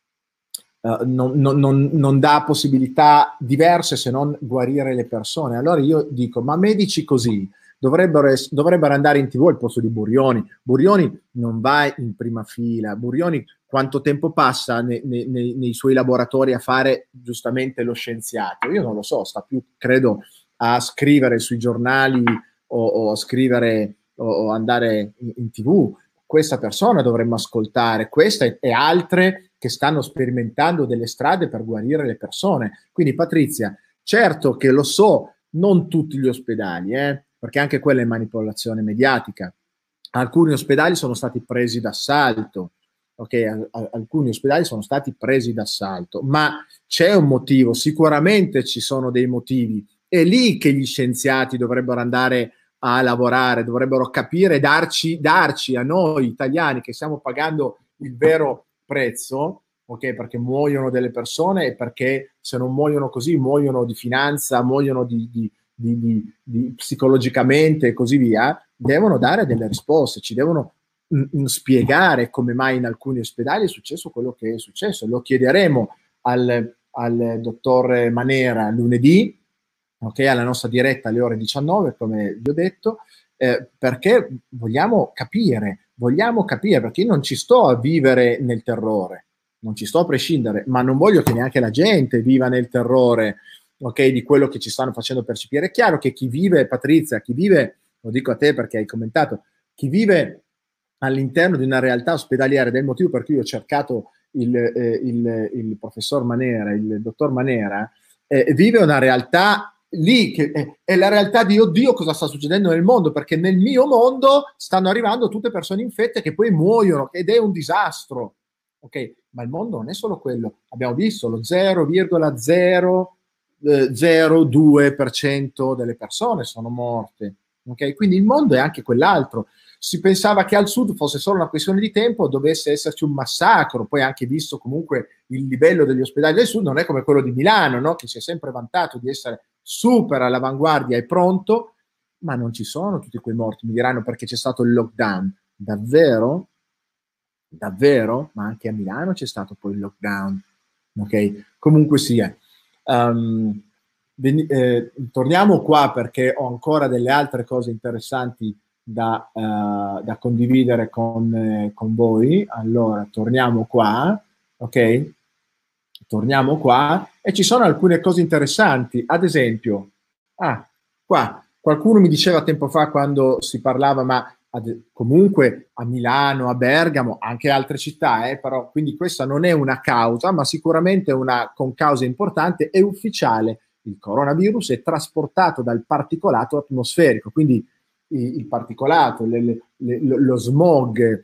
non dà possibilità diverse se non guarire le persone. Allora io dico, ma medici così dovrebbero andare in TV al posto di Burioni. Burioni non va in prima fila. Burioni quanto tempo passa nei suoi laboratori a fare giustamente lo scienziato? Io non lo so, sta più, credo, a scrivere sui giornali o a scrivere o andare in TV. Questa persona dovremmo ascoltare, questa e altre che stanno sperimentando delle strade per guarire le persone. Quindi Patrizia, certo che lo so, non tutti gli ospedali, perché anche quella è manipolazione mediatica. Alcuni ospedali sono stati presi d'assalto, ok? Alcuni ospedali sono stati presi d'assalto, ma c'è un motivo, sicuramente ci sono dei motivi. È lì che gli scienziati dovrebbero andare a lavorare, dovrebbero capire, darci a noi italiani che stiamo pagando il vero prezzo, ok? Perché muoiono delle persone e perché se non muoiono così muoiono di finanza, muoiono di psicologicamente e così via. Devono dare delle risposte, ci devono spiegare come mai in alcuni ospedali è successo quello che è successo. Lo chiederemo al dottor Manera lunedì, ok, alla nostra diretta alle ore 19, come vi ho detto, perché vogliamo capire, perché io non ci sto a vivere nel terrore, non ci sto a prescindere, ma non voglio che neanche la gente viva nel terrore, ok, di quello che ci stanno facendo percepire. È chiaro che chi vive, Patrizia, lo dico a te perché hai commentato, chi vive all'interno di una realtà ospedaliera, del motivo per cui ho cercato il professor Manera, il dottor Manera, vive una realtà lì che è la realtà di oddio cosa sta succedendo nel mondo, perché nel mio mondo stanno arrivando tutte persone infette che poi muoiono ed è un disastro, ok? Ma il mondo non è solo quello, abbiamo visto lo 0,002% delle persone sono morte, ok? Quindi il mondo è anche quell'altro. Si pensava che al sud fosse solo una questione di tempo, dovesse esserci un massacro, poi anche visto comunque il livello degli ospedali del sud non è come quello di Milano, no? Che si è sempre vantato di essere super all'avanguardia e pronto, ma non ci sono tutti quei morti. Mi diranno perché c'è stato il lockdown. Davvero? Davvero? Ma anche a Milano c'è stato poi il lockdown, ok? Comunque sia. Torniamo qua perché ho ancora delle altre cose interessanti da condividere con voi. Allora, torniamo qua, ok? Torniamo qua e ci sono alcune cose interessanti. Ad esempio, qua qualcuno mi diceva tempo fa, quando si parlava, ma comunque a Milano, a Bergamo, anche altre città, però quindi questa non è una causa, ma sicuramente una concausa importante e ufficiale. Il coronavirus è trasportato dal particolato atmosferico, quindi il particolato, lo smog,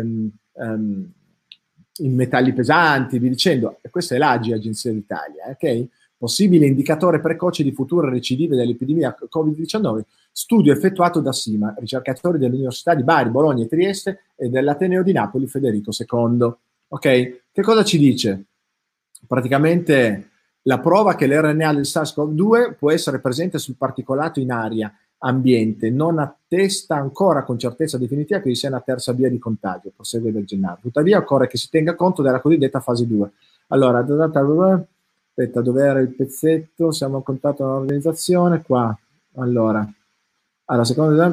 i metalli pesanti, vi dicendo, e questa è l'AGI, Agenzia d'Italia, ok? Possibile indicatore precoce di future recidive dell'epidemia Covid-19, studio effettuato da SIMA, ricercatori dell'Università di Bari, Bologna e Trieste e dell'Ateneo di Napoli Federico II. Ok? Che cosa ci dice? Praticamente la prova che l'RNA del SARS-CoV-2 può essere presente sul particolato in aria ambiente non attesta ancora con certezza definitiva che vi sia una terza via di contagio, prosegue Del Gennaro. Tuttavia occorre che si tenga conto della cosiddetta fase 2. Allora, aspetta, dove era il pezzetto? Siamo a contatto con l'organizzazione, qua. Allora, alla seconda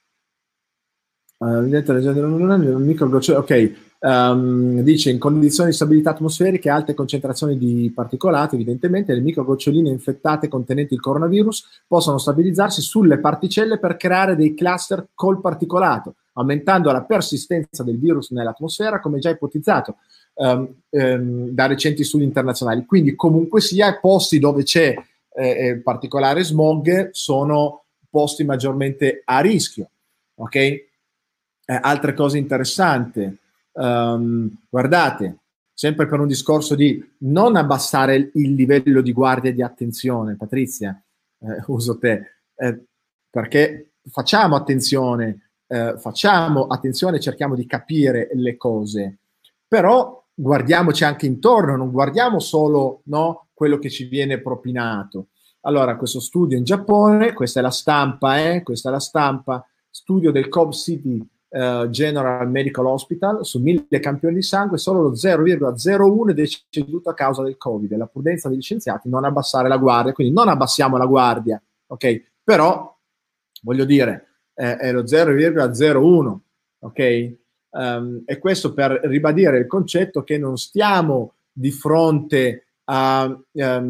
ok, dice in condizioni di stabilità atmosferiche alte concentrazioni di particolati, evidentemente le microgoccioline infettate contenenti il coronavirus possono stabilizzarsi sulle particelle per creare dei cluster col particolato, aumentando la persistenza del virus nell'atmosfera, come già ipotizzato da recenti studi internazionali. Quindi comunque sia, posti dove c'è particolare smog sono posti maggiormente a rischio. Ok? Altre cose interessanti, guardate, sempre per un discorso di non abbassare il livello di guardia e di attenzione, Patrizia, uso te, perché facciamo attenzione, cerchiamo di capire le cose, però guardiamoci anche intorno, non guardiamo solo, no, quello che ci viene propinato. Allora, questo studio in Giappone, questa è la stampa, studio del Cobb City General Medical Hospital, su 1000 campioni di sangue solo lo 0,01 è deceduto a causa del Covid. La prudenza degli scienziati non abbassare la guardia, quindi non abbassiamo la guardia, ok? Però voglio dire è lo 0,01, ok? E questo per ribadire il concetto che non stiamo di fronte ad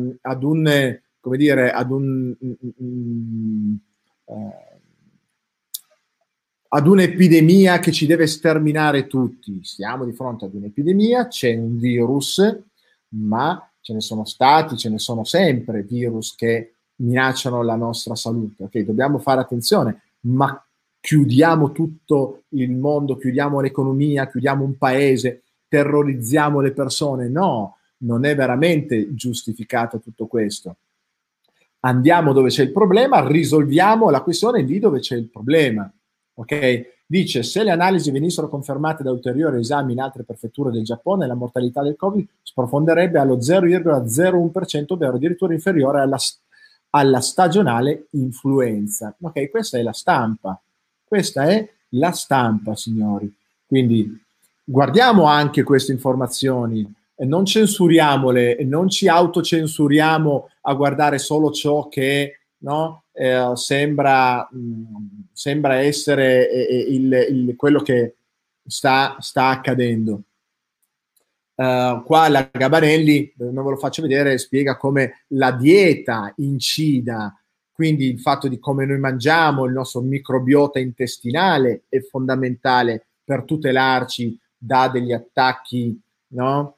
un'epidemia che ci deve sterminare tutti. Stiamo di fronte ad un'epidemia, c'è un virus, ma ce ne sono sempre virus che minacciano la nostra salute. Ok, dobbiamo fare attenzione, ma chiudiamo tutto il mondo, chiudiamo l'economia, chiudiamo un paese, terrorizziamo le persone? No, non è veramente giustificato tutto questo. Andiamo dove c'è il problema, risolviamo la questione lì dove c'è il problema. Ok? Dice, se le analisi venissero confermate da ulteriori esami in altre prefetture del Giappone, la mortalità del Covid sprofonderebbe allo 0,01%, ovvero addirittura inferiore alla stagionale influenza. Ok, questa è la stampa. Questa è la stampa, signori. Quindi guardiamo anche queste informazioni e non censuriamole e non ci autocensuriamo a guardare solo ciò che, no, sembra essere quello che sta accadendo. Qua la Gabanelli, non ve lo faccio vedere, spiega come la dieta incida, quindi il fatto di come noi mangiamo, il nostro microbiota intestinale è fondamentale per tutelarci da degli attacchi, no?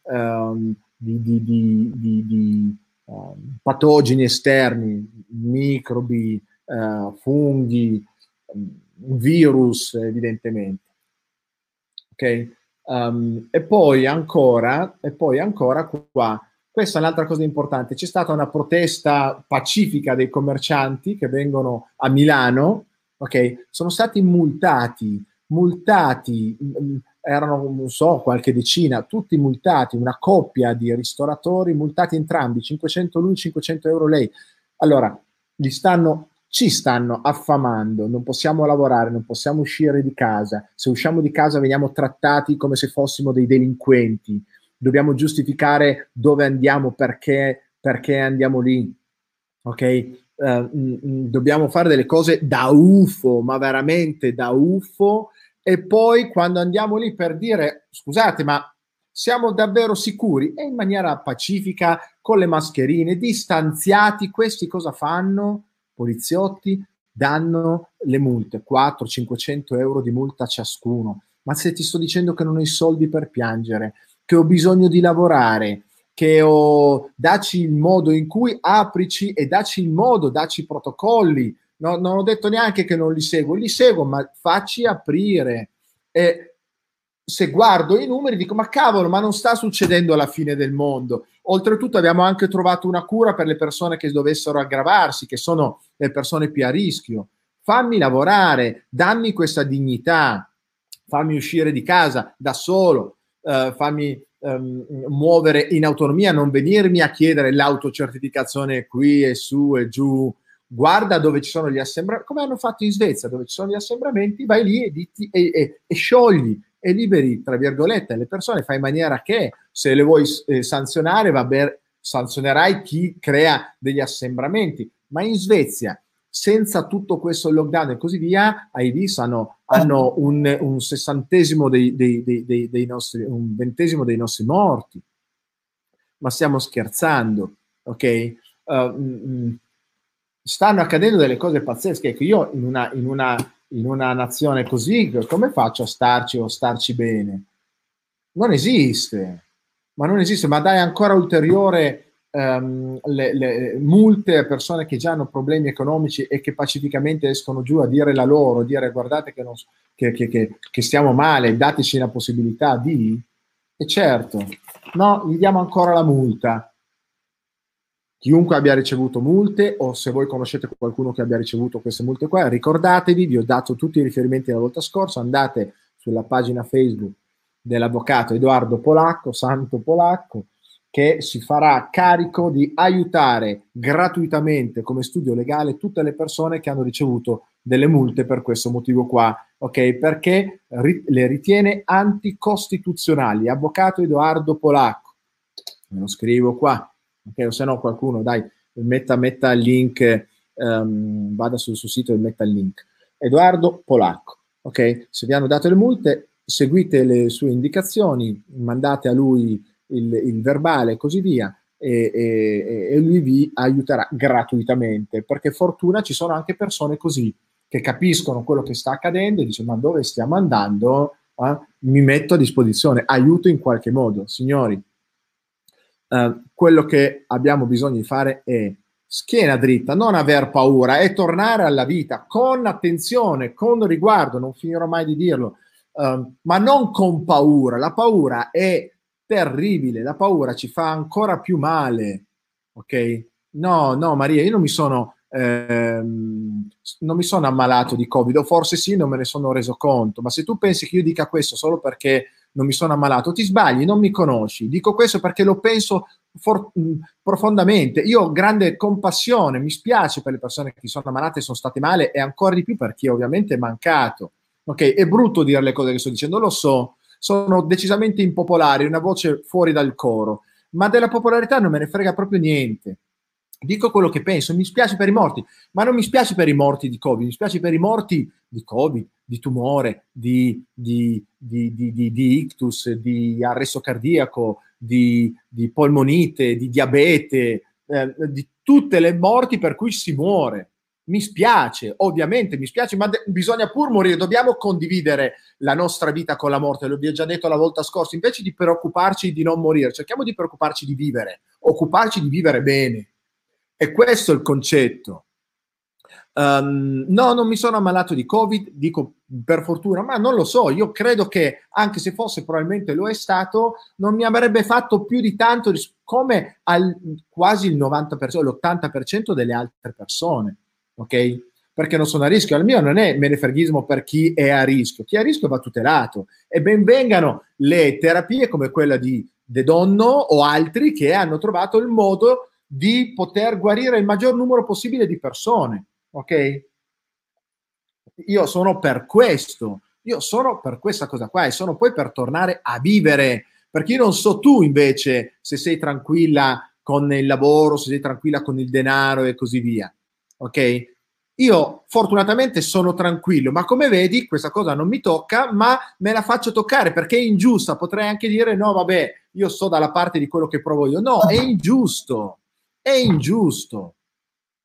Di patogeni esterni, microbi, funghi, virus, evidentemente. Ok? E poi ancora qua, questa è un'altra cosa importante, c'è stata una protesta pacifica dei commercianti che vengono a Milano, ok? Sono stati multati, erano, non so, qualche decina, tutti multati, una coppia di ristoratori multati entrambi, 500 lui, 500 euro lei. Allora, ci stanno affamando, non possiamo lavorare, non possiamo uscire di casa, se usciamo di casa veniamo trattati come se fossimo dei delinquenti, dobbiamo giustificare dove andiamo, perché andiamo lì, ok? Dobbiamo fare delle cose da UFO, ma veramente da UFO, e poi quando andiamo lì per dire scusate, ma siamo davvero sicuri? E in maniera pacifica, con le mascherine, distanziati, questi cosa fanno? Poliziotti danno le multe, 400-500 euro di multa ciascuno. Ma se ti sto dicendo che non ho i soldi per piangere, che ho bisogno di lavorare, che dacci il modo in cui aprici e dacci il modo, dacci i protocolli. No, non ho detto neanche che non li seguo, ma facci aprire. E se guardo i numeri dico, ma cavolo, ma non sta succedendo la fine del mondo. Oltretutto abbiamo anche trovato una cura per le persone che dovessero aggravarsi, che sono le persone più a rischio. Fammi lavorare, dammi questa dignità, fammi uscire di casa da solo, fammi muovere in autonomia, non venirmi a chiedere l'autocertificazione qui e su e giù. Guarda dove ci sono gli assembramenti, come hanno fatto in Svezia, dove ci sono gli assembramenti, vai lì e sciogli e liberi, tra virgolette, le persone, fai in maniera che se le vuoi sanzionare, sanzionerai chi crea degli assembramenti. Ma in Svezia, senza tutto questo lockdown e così via, hai visto, hanno un sessantesimo dei nostri, un ventesimo dei nostri morti. Ma stiamo scherzando, ok? Stanno accadendo delle cose pazzesche. Che io in una nazione così, come faccio a starci bene? Non esiste, ma dai ancora ulteriore le multe a persone che già hanno problemi economici e che pacificamente escono giù a dire la loro, dire guardate che stiamo male, dateci la possibilità di... E certo, no, gli diamo ancora la multa. Chiunque abbia ricevuto multe, o se voi conoscete qualcuno che abbia ricevuto queste multe qua, ricordatevi, vi ho dato tutti i riferimenti la volta scorsa, andate sulla pagina Facebook dell'avvocato Edoardo Polacco, Santo Polacco, che si farà carico di aiutare gratuitamente come studio legale tutte le persone che hanno ricevuto delle multe per questo motivo qua, ok? Perché le ritiene anticostituzionali. Avvocato Edoardo Polacco, me lo scrivo qua. Okay, o se no qualcuno dai metta il link, vada sul suo sito e metta il link. Edoardo Polacco, ok? Se vi hanno dato le multe, seguite le sue indicazioni, mandate a lui il verbale e così via, e lui vi aiuterà gratuitamente, perché fortuna ci sono anche persone così che capiscono quello che sta accadendo e dicono ma dove stiamo andando? Mi metto a disposizione, aiuto in qualche modo. Signori, quello che abbiamo bisogno di fare è schiena dritta, non aver paura, è tornare alla vita con attenzione, con riguardo, non finirò mai di dirlo, ma non con paura. La paura è terribile, la paura ci fa ancora più male, ok? No, Maria, io non mi sono ammalato di Covid, o forse sì, non me ne sono reso conto, ma se tu pensi che io dica questo solo perché non mi sono ammalato, ti sbagli, non mi conosci. Dico questo perché lo penso profondamente. Io ho grande compassione, mi spiace per le persone che sono ammalate e sono state male, e ancora di più per chi ovviamente è mancato. Ok, è brutto dire le cose che sto dicendo, lo so, sono decisamente impopolari, una voce fuori dal coro, ma della popolarità non me ne frega proprio niente. Dico quello che penso, mi spiace per i morti, ma non mi spiace per i morti di Covid, mi spiace per i morti di Covid, di tumore, di ictus, di arresto cardiaco, di polmonite, di diabete, di tutte le morti per cui si muore. Mi spiace, ovviamente mi spiace, ma bisogna pur morire, dobbiamo condividere la nostra vita con la morte, lo vi ho già detto la volta scorsa, invece di preoccuparci di non morire, cerchiamo di preoccuparci di vivere, occuparci di vivere bene. E questo è il concetto. No, non mi sono ammalato di Covid, dico per fortuna, ma non lo so, io credo che anche se fosse, probabilmente lo è stato, non mi avrebbe fatto più di tanto come quasi il 90%, l'80% delle altre persone, ok? Perché non sono a rischio. Il mio non è menefreghismo per chi è a rischio, chi è a rischio va tutelato, e ben vengano le terapie come quella di De Donno o altri che hanno trovato il modo di poter guarire il maggior numero possibile di persone, ok? Io sono per questo, io sono per questa cosa qua, e sono poi per tornare a vivere, perché io non so tu invece se sei tranquilla con il lavoro, se sei tranquilla con il denaro e così via, ok? Io fortunatamente sono tranquillo, ma come vedi questa cosa non mi tocca, ma me la faccio toccare perché è ingiusta. Potrei anche dire no, vabbè, io sto dalla parte di quello che provo io. No, è ingiusto. È ingiusto.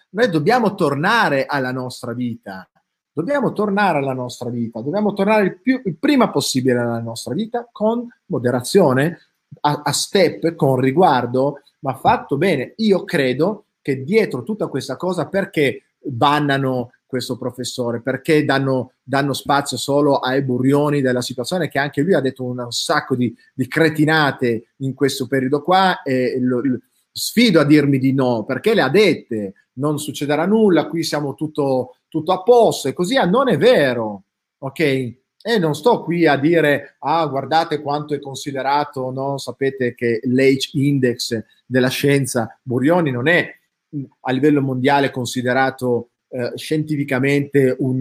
Noi dobbiamo tornare alla nostra vita. Dobbiamo tornare alla nostra vita, dobbiamo tornare il prima possibile alla nostra vita, con moderazione, a step, con riguardo, ma fatto bene. Io credo che dietro tutta questa cosa, perché bannano questo professore, perché danno spazio solo ai burrioni della situazione, che anche lui ha detto un sacco di cretinate in questo periodo qua, e sfido a dirmi di no, perché le ha dette, non succederà nulla, qui siamo tutto a posto, e così non è vero, ok? E non sto qui a dire, guardate quanto è considerato, no? Sapete che l'H index della scienza, Burioni non è a livello mondiale considerato scientificamente un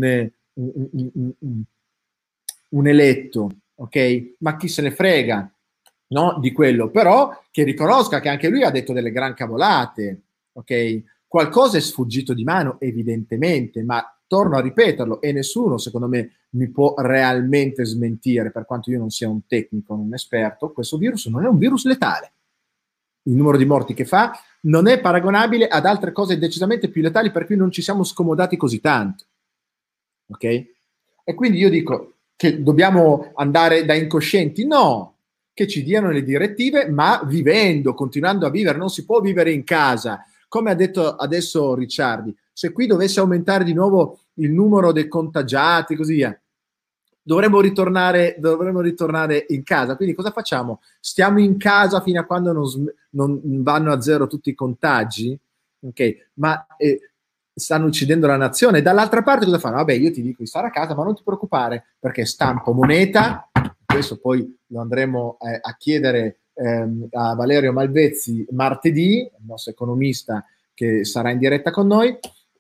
eletto, ok? Ma chi se ne frega, no? Di quello, però che riconosca che anche lui ha detto delle gran cavolate, ok? Qualcosa è sfuggito di mano, evidentemente, ma torno a ripeterlo, e nessuno, secondo me, mi può realmente smentire, per quanto io non sia un tecnico, un esperto, questo virus non è un virus letale. Il numero di morti che fa non è paragonabile ad altre cose decisamente più letali, per cui non ci siamo scomodati così tanto. Ok? E quindi io dico che dobbiamo andare da incoscienti? No, che ci diano le direttive, ma vivendo, continuando a vivere. Non si può vivere in casa. Come ha detto adesso Ricciardi, se qui dovesse aumentare di nuovo il numero dei contagiati e così via, dovremmo ritornare in casa. Quindi cosa facciamo? Stiamo in casa fino a quando non vanno a zero tutti i contagi? Ok, ma stanno uccidendo la nazione. Dall'altra parte cosa fanno? Vabbè, io ti dico di stare a casa, ma non ti preoccupare, perché stampo moneta. Questo poi lo andremo a chiedere a Valerio Malvezzi martedì, il nostro economista che sarà in diretta con noi.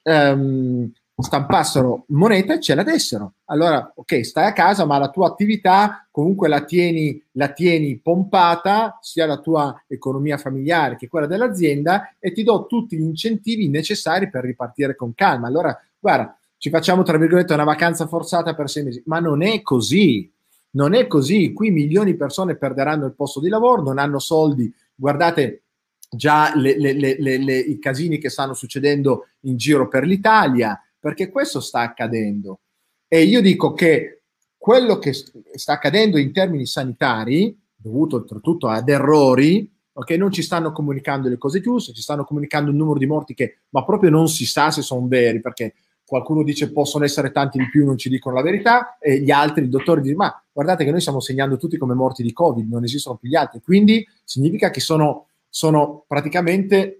Stampassero moneta e ce la dessero. Allora, ok, stai a casa, ma la tua attività comunque la tieni pompata, sia la tua economia familiare che quella dell'azienda, e ti do tutti gli incentivi necessari per ripartire con calma. Allora, guarda, ci facciamo tra virgolette una vacanza forzata per 6 mesi, ma non è così. Non è così. Qui milioni di persone perderanno il posto di lavoro, non hanno soldi. Guardate già i casini che stanno succedendo in giro per l'Italia, perché questo sta accadendo. E io dico che quello che sta accadendo in termini sanitari, dovuto oltretutto ad errori, ok, non ci stanno comunicando le cose giuste, ci stanno comunicando un numero di morti che, ma proprio non si sa se sono veri, perché qualcuno dice possono essere tanti di più, non ci dicono la verità, e gli altri, il dottore dice, ma guardate che noi stiamo segnando tutti come morti di Covid, non esistono più gli altri, quindi significa che sono praticamente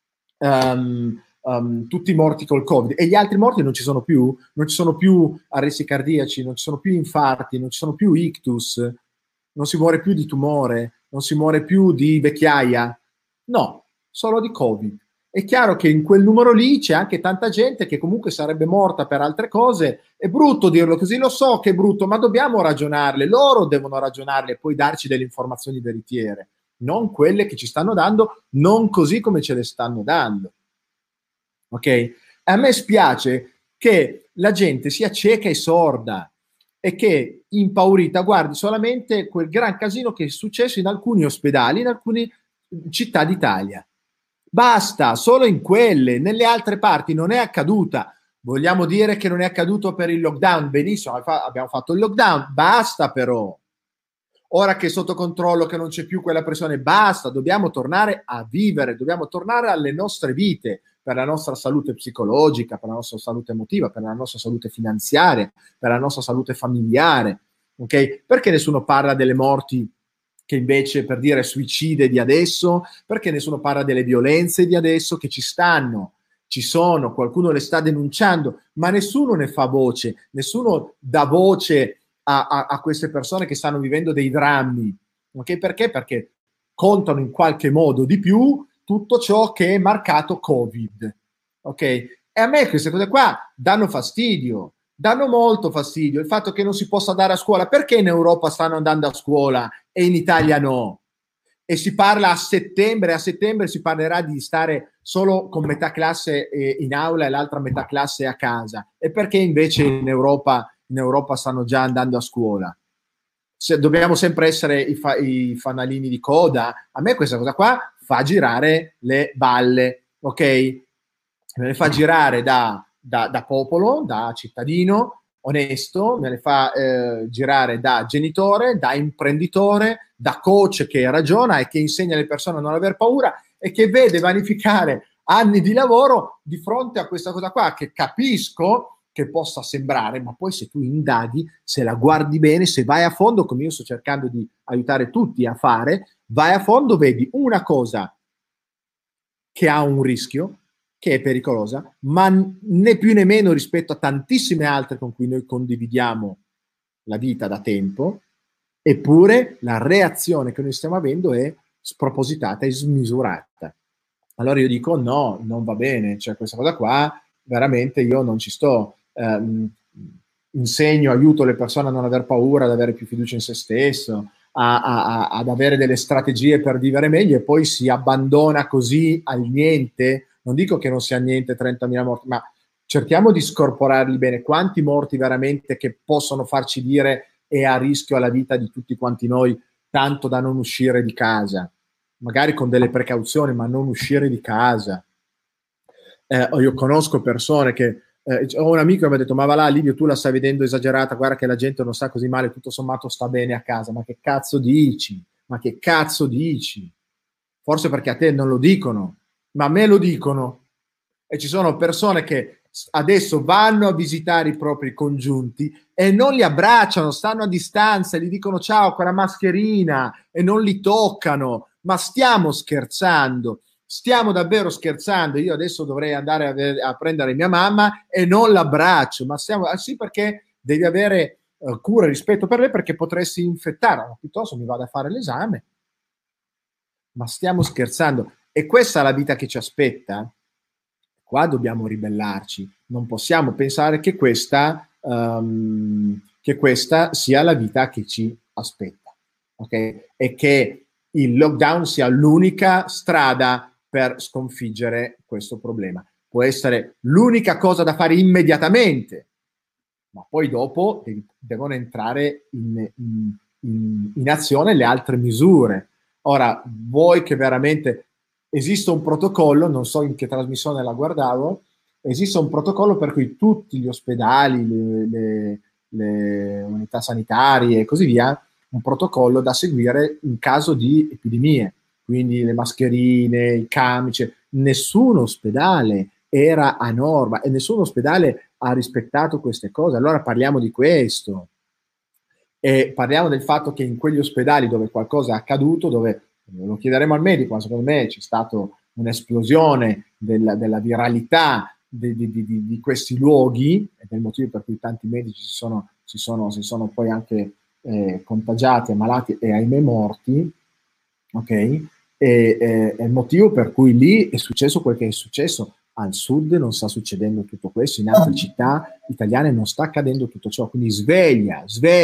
tutti morti col Covid, e gli altri morti non ci sono più arresti cardiaci, non ci sono più infarti, non ci sono più ictus, non si muore più di tumore, non si muore più di vecchiaia, no, solo di Covid. È chiaro che in quel numero lì c'è anche tanta gente che comunque sarebbe morta per altre cose. È brutto dirlo così, lo so che è brutto, ma dobbiamo ragionarle, loro devono ragionarle e poi darci delle informazioni veritiere, non quelle che ci stanno dando, non così come ce le stanno dando. Ok? A me spiace che la gente sia cieca e sorda e che impaurita guardi solamente quel gran casino che è successo in alcuni ospedali, in alcune città d'Italia. Basta, solo in quelle, nelle altre parti non è accaduta. Vogliamo dire che non è accaduto per il lockdown? Benissimo, abbiamo fatto il lockdown, basta però. Ora che è sotto controllo, che non c'è più quella pressione, basta, dobbiamo tornare a vivere, dobbiamo tornare alle nostre vite, per la nostra salute psicologica, per la nostra salute emotiva, per la nostra salute finanziaria, per la nostra salute familiare, ok? Perché nessuno parla delle morti che invece, per dire, suicide di adesso? Perché nessuno parla delle violenze di adesso che ci sono, qualcuno le sta denunciando, ma nessuno ne fa voce, nessuno dà voce a queste persone che stanno vivendo dei drammi, ok? Perché? Perché contano in qualche modo di più tutto ciò che è marcato Covid, ok? E a me queste cose qua danno fastidio, danno molto fastidio. Il fatto che non si possa andare a scuola, perché in Europa stanno andando a scuola e in Italia no? E si parla a settembre si parlerà di stare solo con metà classe in aula e l'altra metà classe a casa. E perché invece in Europa stanno già andando a scuola? Dobbiamo sempre essere i fanalini di coda. A me questa cosa qua fa girare le balle, ok? me le fa girare da popolo, da cittadino onesto, me le fa girare da genitore, da imprenditore, da coach che ragiona e che insegna alle persone a non aver paura e che vede vanificare anni di lavoro di fronte a questa cosa qua, che capisco che possa sembrare, ma poi se tu indaghi, se la guardi bene, se vai a fondo, come io sto cercando di aiutare tutti a fare, vai a fondo, vedi una cosa che ha un rischio, che è pericolosa, ma né più né meno rispetto a tantissime altre con cui noi condividiamo la vita da tempo, eppure la reazione che noi stiamo avendo è spropositata e smisurata. Allora io dico no, non va bene, cioè questa cosa qua veramente io non ci sto, insegno, aiuto le persone a non aver paura, ad avere più fiducia in se stesso, ad avere delle strategie per vivere meglio, e poi si abbandona così al niente. Non dico che non sia niente 30.000 morti, ma cerchiamo di scorporarli bene. Quanti morti veramente che possono farci dire è a rischio alla vita di tutti quanti noi, tanto da non uscire di casa, magari con delle precauzioni, ma non uscire di casa. Io conosco persone che ho un amico che mi ha detto: ma va là Livio, tu la stai vedendo esagerata, guarda che la gente non sta così male, tutto sommato sta bene a casa. Ma che cazzo dici? Ma che cazzo dici? Forse perché a te non lo dicono, ma a me lo dicono. E ci sono persone che adesso vanno a visitare i propri congiunti e non li abbracciano, stanno a distanza, gli dicono ciao con la mascherina e non li toccano. Ma stiamo scherzando? Stiamo davvero scherzando? Io adesso dovrei andare a prendere mia mamma e non l'abbraccio, ma stiamo, sì, perché devi avere cura e rispetto per lei, perché potresti infettarla, ma piuttosto mi vado a fare l'esame. Ma stiamo scherzando? E questa è la vita che ci aspetta? Qua dobbiamo ribellarci. Non possiamo pensare che questa sia la vita che ci aspetta, ok? E che il lockdown sia l'unica strada per sconfiggere questo problema. Può essere l'unica cosa da fare immediatamente, ma poi dopo devono entrare in azione le altre misure. Ora, voi che veramente esiste un protocollo, non so in che trasmissione la guardavo, esiste un protocollo per cui tutti gli ospedali, le unità sanitarie e così via, un protocollo da seguire in caso di epidemie, quindi le mascherine, i camici. Nessun ospedale era a norma e nessun ospedale ha rispettato queste cose. Allora parliamo di questo e parliamo del fatto che in quegli ospedali dove qualcosa è accaduto, dove lo chiederemo al medico, ma secondo me c'è stata un'esplosione della viralità di questi luoghi, ed è il motivo per cui tanti medici si sono poi anche contagiati, ammalati e ahimè morti, ok? È il motivo per cui lì è successo quel che è successo. Al sud non sta succedendo tutto questo, in altre città italiane non sta accadendo tutto ciò, quindi sveglia,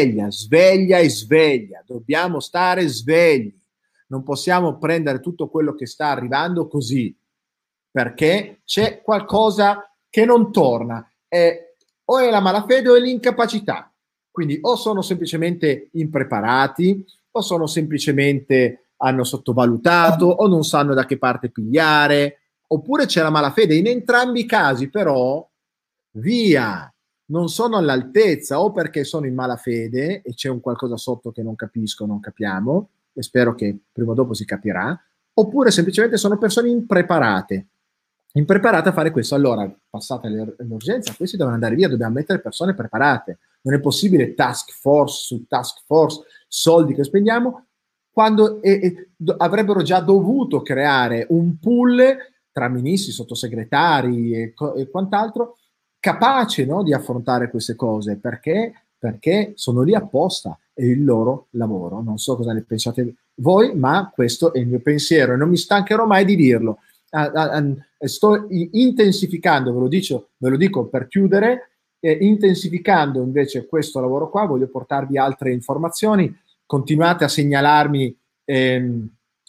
dobbiamo stare svegli, non possiamo prendere tutto quello che sta arrivando così, perché c'è qualcosa che non torna, o è la malafede o è l'incapacità, quindi o sono semplicemente impreparati, o sono semplicemente hanno sottovalutato, o non sanno da che parte pigliare, oppure c'è la malafede. In entrambi i casi però, via, non sono all'altezza, o perché sono in malafede e c'è un qualcosa sotto che non capisco, non capiamo, e spero che prima o dopo si capirà, oppure semplicemente sono persone impreparate a fare questo. Allora, passata l'urgenza, questi devono andare via, dobbiamo mettere persone preparate. Non è possibile task force su task force, soldi che spendiamo, quando avrebbero già dovuto creare un pool tra ministri, sottosegretari e quant'altro, capace, no, di affrontare queste cose, perché sono lì apposta, è il loro lavoro. Non so cosa ne pensate voi, ma questo è il mio pensiero e non mi stancherò mai di dirlo. Sto intensificando, ve lo dico per chiudere, intensificando invece questo lavoro qua. Voglio portarvi altre informazioni, continuate a segnalarmi e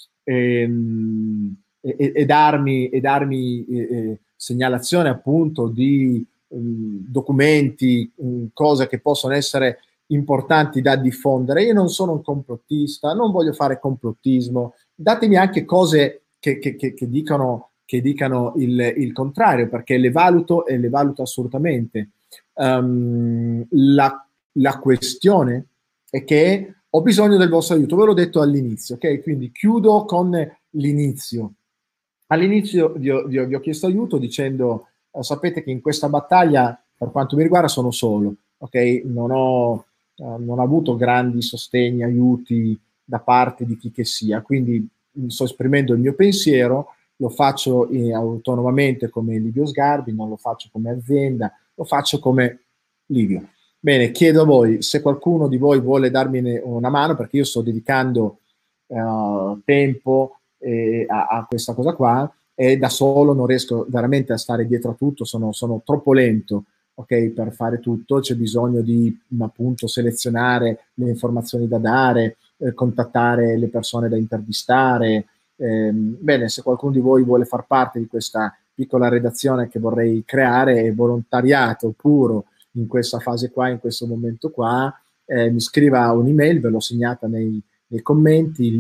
darmi segnalazione appunto di documenti, cose che possono essere importanti da diffondere. Io non sono un complottista, non voglio fare complottismo, datemi anche cose che dicono che dicano il contrario, perché le valuto e le valuto assolutamente. La questione è che ho bisogno del vostro aiuto, ve l'ho detto all'inizio, ok? Quindi chiudo con l'inizio. All'inizio vi ho chiesto aiuto dicendo, sapete che in questa battaglia, per quanto mi riguarda, sono solo, ok? Non ho avuto grandi sostegni, aiuti da parte di chi che sia, quindi sto esprimendo il mio pensiero, lo faccio autonomamente come Livio Sgarbi, non lo faccio come azienda, lo faccio come Livio. Bene, chiedo a voi se qualcuno di voi vuole darmi una mano, perché io sto dedicando tempo a questa cosa qua e da solo non riesco veramente a stare dietro a tutto, sono troppo lento, ok, per fare tutto. C'è bisogno di appunto selezionare le informazioni da dare, contattare le persone da intervistare. Bene, se qualcuno di voi vuole far parte di questa piccola redazione che vorrei creare, è volontariato puro in questa fase qua, in questo momento qua, mi scriva un'email, ve l'ho segnata nei commenti,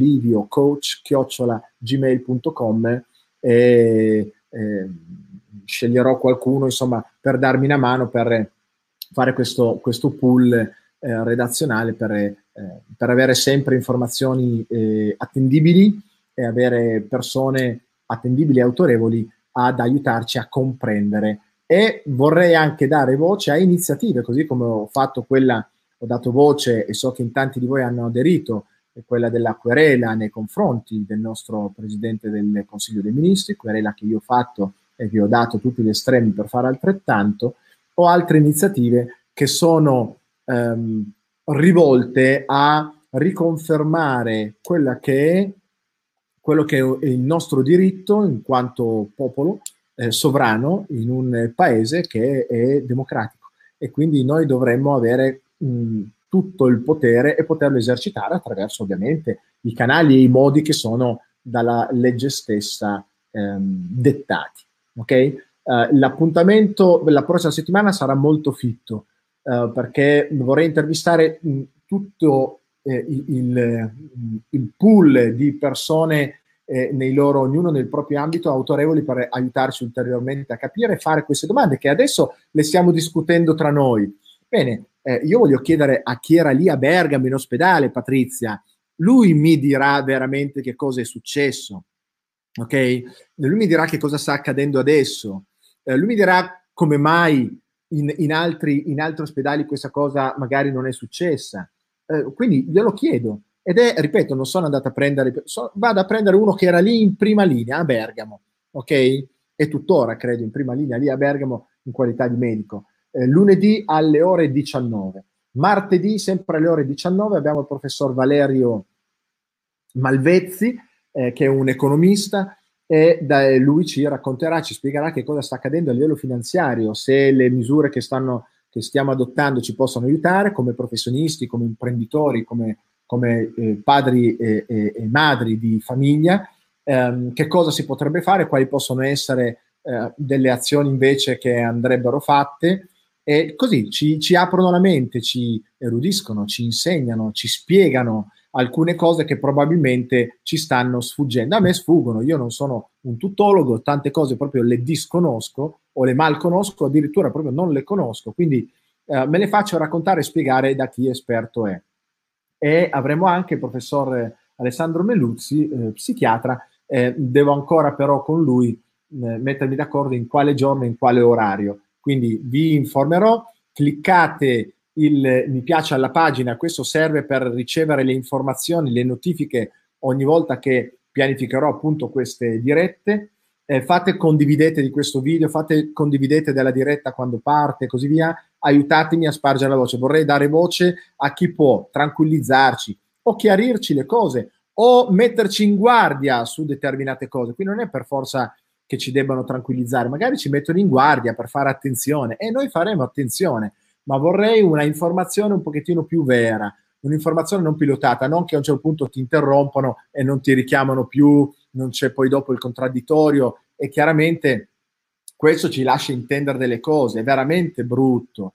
liviocoach@gmail.com, e sceglierò qualcuno insomma per darmi una mano per fare questo pool redazionale per avere sempre informazioni attendibili e avere persone attendibili e autorevoli ad aiutarci a comprendere. E vorrei anche dare voce a iniziative, così come ho fatto quella, ho dato voce e so che in tanti di voi hanno aderito, quella della querela nei confronti del nostro Presidente del Consiglio dei Ministri, querela che io ho fatto e vi ho dato tutti gli estremi per fare altrettanto, o altre iniziative che sono rivolte a riconfermare quello che è il nostro diritto in quanto popolo sovrano in un paese che è democratico, e quindi noi dovremmo avere tutto il potere e poterlo esercitare attraverso ovviamente i canali e i modi che sono dalla legge stessa dettati. Ok? L'appuntamento la prossima settimana sarà molto fitto perché vorrei intervistare tutto il pool di persone ognuno nel proprio ambito, autorevoli, per aiutarci ulteriormente a capire e fare queste domande che adesso le stiamo discutendo tra noi. Bene, io voglio chiedere a chi era lì a Bergamo in ospedale, Patrizia, lui mi dirà veramente che cosa è successo, ok? Lui mi dirà che cosa sta accadendo adesso, lui mi dirà come mai in altri ospedali questa cosa magari non è successa, quindi glielo chiedo. Ed è, ripeto, non sono andato a prendere, vado a prendere uno che era lì in prima linea a Bergamo, ok? E tuttora credo in prima linea lì a Bergamo in qualità di medico. Lunedì alle ore 19. Martedì, sempre alle ore 19, abbiamo il professor Valerio Malvezzi, che è un economista, e lui ci racconterà, ci spiegherà che cosa sta accadendo a livello finanziario, se le misure che stiamo adottando ci possono aiutare come professionisti, come imprenditori, come padri e madri di famiglia, che cosa si potrebbe fare, quali possono essere delle azioni invece che andrebbero fatte, e così ci aprono la mente, ci erudiscono, ci insegnano, ci spiegano alcune cose che probabilmente ci stanno sfuggendo. A me sfuggono, io non sono un tutologo, tante cose proprio le disconosco o le malconosco, addirittura proprio non le conosco, quindi me le faccio raccontare e spiegare da chi esperto è. E avremo anche il professor Alessandro Melluzzi, psichiatra. Devo ancora però con lui mettermi d'accordo in quale giorno e in quale orario, quindi vi informerò. Cliccate il mi piace alla pagina, questo serve per ricevere le informazioni, le notifiche ogni volta che pianificherò appunto queste dirette. Condividete di questo video, condividete della diretta quando parte e così via, aiutatemi a spargere la voce. Vorrei dare voce a chi può tranquillizzarci o chiarirci le cose o metterci in guardia su determinate cose. Qui non è per forza che ci debbano tranquillizzare, magari ci mettono in guardia per fare attenzione e noi faremo attenzione, ma vorrei una informazione un pochettino più vera, un'informazione non pilotata, non che a un certo punto ti interrompono e non ti richiamano più, non c'è poi dopo il contraddittorio, e chiaramente questo ci lascia intendere delle cose. È veramente brutto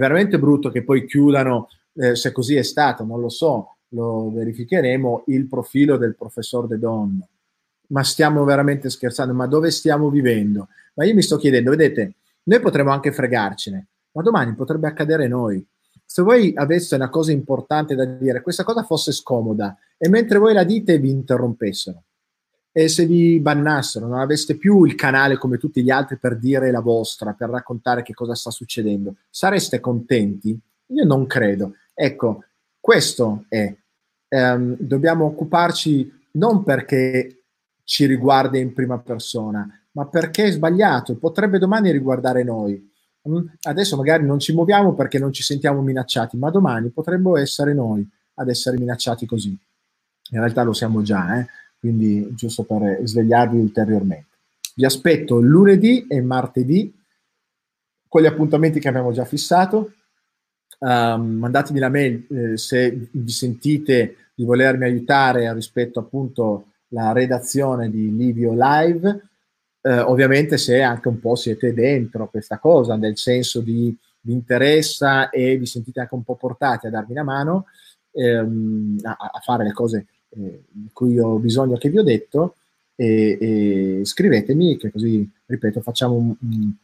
che poi chiudano, se così è stato, non lo so, lo verificheremo, il profilo del professor De Donno. ma stiamo veramente scherzando? Ma dove stiamo vivendo? Ma io mi sto chiedendo, vedete, noi potremmo anche fregarcene, ma domani potrebbe accadere a noi. Se voi aveste una cosa importante da dire, questa cosa fosse scomoda, e mentre voi la dite vi interrompessero, e se vi bannassero, non aveste più il canale come tutti gli altri per dire la vostra, per raccontare che cosa sta succedendo, sareste contenti? Io non credo. Ecco, questo è. Dobbiamo occuparci non perché ci riguarda in prima persona, ma perché è sbagliato, potrebbe domani riguardare noi. Adesso magari non ci muoviamo perché non ci sentiamo minacciati, ma domani potremmo essere noi ad essere minacciati così. In realtà lo siamo già, quindi giusto per svegliarvi ulteriormente. Vi aspetto lunedì e martedì con gli appuntamenti che abbiamo già fissato. Mandatemi la mail se vi sentite di volermi aiutare rispetto appunto alla redazione di Livio Live. Ovviamente se anche un po' siete dentro questa cosa, nel senso vi interessa e vi sentite anche un po' portati a darmi una mano a fare le cose di cui ho bisogno che vi ho detto, e scrivetemi, che così, ripeto, facciamo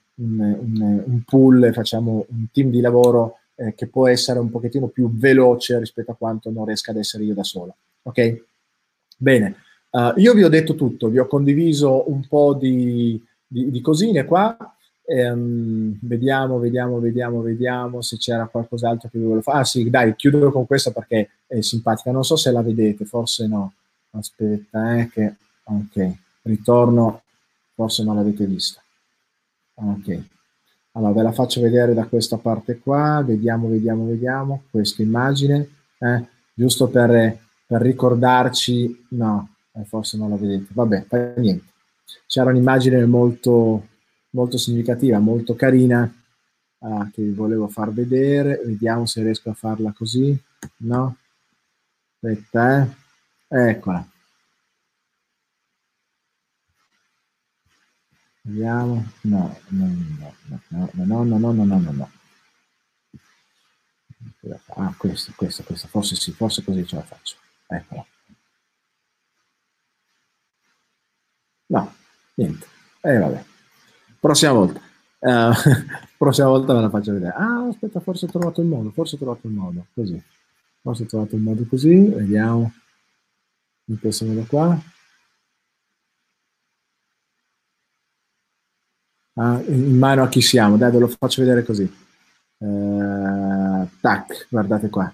un pool, facciamo un team di lavoro che può essere un pochettino più veloce rispetto a quanto non riesca ad essere io da solo. Ok? Bene. Io vi ho detto tutto, vi ho condiviso un po' di cosine qua. Vediamo se c'era qualcos'altro che vi volevo fare. Ah sì, dai, chiudo con questa perché è simpatica. Non so se la vedete, forse no. Aspetta, che... Ok, ritorno, forse non l'avete vista. Ok. Allora, ve la faccio vedere da questa parte qua. Vediamo questa immagine. Giusto per ricordarci... No, forse non la vedete. Vabbè, fa niente. C'era un'immagine molto, molto significativa, molto carina, che vi volevo far vedere. Vediamo se riesco a farla così. No? Aspetta, eccola. Vediamo. No. Ah, questa, forse sì, forse così ce la faccio. Eccola. No, niente. Vabbè. Prossima volta. Prossima volta ve la faccio vedere. Ah, aspetta, forse ho trovato il modo. Così. Forse ho trovato il modo così. Vediamo. In questo modo qua. In mano a chi siamo? Dai, ve lo faccio vedere così. Tac, guardate qua.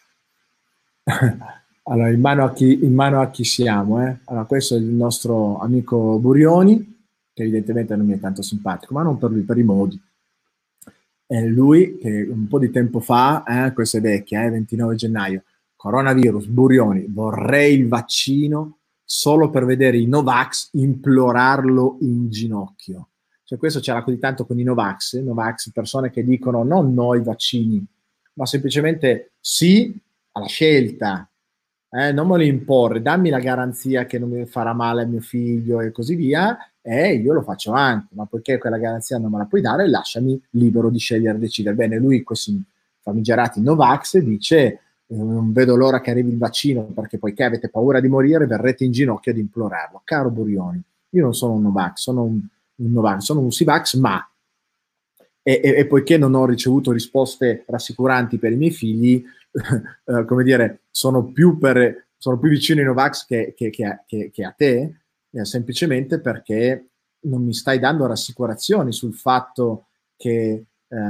Allora, in mano a chi siamo? Allora, questo è il nostro amico Burioni, che evidentemente non mi è tanto simpatico, ma non per lui, per i modi. È lui che un po' di tempo fa, questa è vecchia, 29 gennaio, coronavirus, Burioni, vorrei il vaccino solo per vedere i Novax implorarlo in ginocchio. Cioè questo c'era così tanto con i Novax, persone che dicono non no ai vaccini, ma semplicemente sì alla scelta, non me lo imporre, dammi la garanzia che non mi farà male a mio figlio e così via, e io lo faccio anche, ma poiché quella garanzia non me la puoi dare, lasciami libero di scegliere e decidere. Bene, lui, questi famigerati Novax, dice non vedo l'ora che arrivi il vaccino perché poiché avete paura di morire verrete in ginocchio ad implorarlo. Caro Burioni, io non sono un Novax, sono un Novax, sono un Sivax, ma e poiché non ho ricevuto risposte rassicuranti per i miei figli, come dire, sono più vicino ai Novax che a te, semplicemente perché non mi stai dando rassicurazioni sul fatto che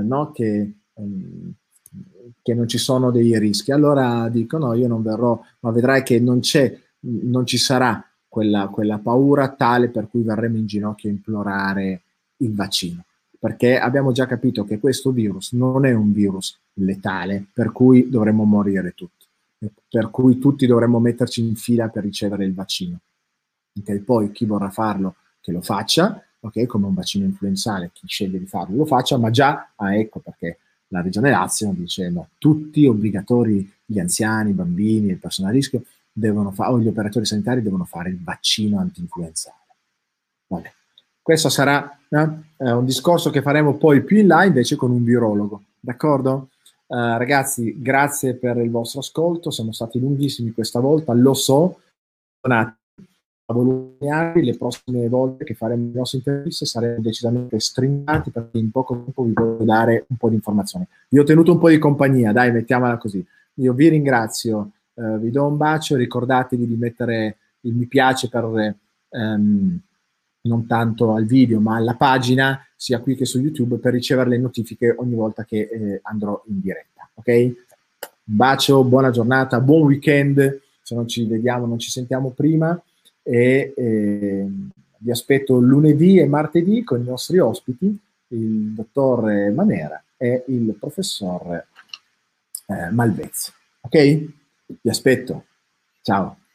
non ci sono dei rischi. Allora dico no, io non verrò, ma vedrai che non ci sarà quella paura tale per cui verremo in ginocchio a implorare il vaccino, perché abbiamo già capito che questo virus non è un virus letale per cui dovremmo morire tutti, per cui tutti dovremmo metterci in fila per ricevere il vaccino. Okay? Poi chi vorrà farlo che lo faccia, okay? Come un vaccino influenzale, chi sceglie di farlo lo faccia, ma già, ecco perché la Regione Lazio dice no, tutti obbligatori, gli anziani, i bambini, il personale a rischio devono fare, o gli operatori sanitari devono fare il vaccino anti-influenzale. Vabbè. Questo sarà un discorso che faremo poi più in là invece con un virologo, d'accordo? Ragazzi, grazie per il vostro ascolto, siamo stati lunghissimi questa volta, lo so, le prossime volte che faremo le nostre interviste saranno decisamente stringanti, perché in poco tempo vi voglio dare un po' di informazioni. Vi ho tenuto un po' di compagnia, dai, mettiamola così. Io vi ringrazio, vi do un bacio, ricordatevi di mettere il mi piace per non tanto al video ma alla pagina, sia qui che su YouTube, per ricevere le notifiche ogni volta che andrò in diretta. Ok? Un bacio, buona giornata, buon weekend, se non ci vediamo, non ci sentiamo prima, e vi aspetto lunedì e martedì con i nostri ospiti, il dottor Manera e il professor Malvezzi. Ok? Vi aspetto. Ciao.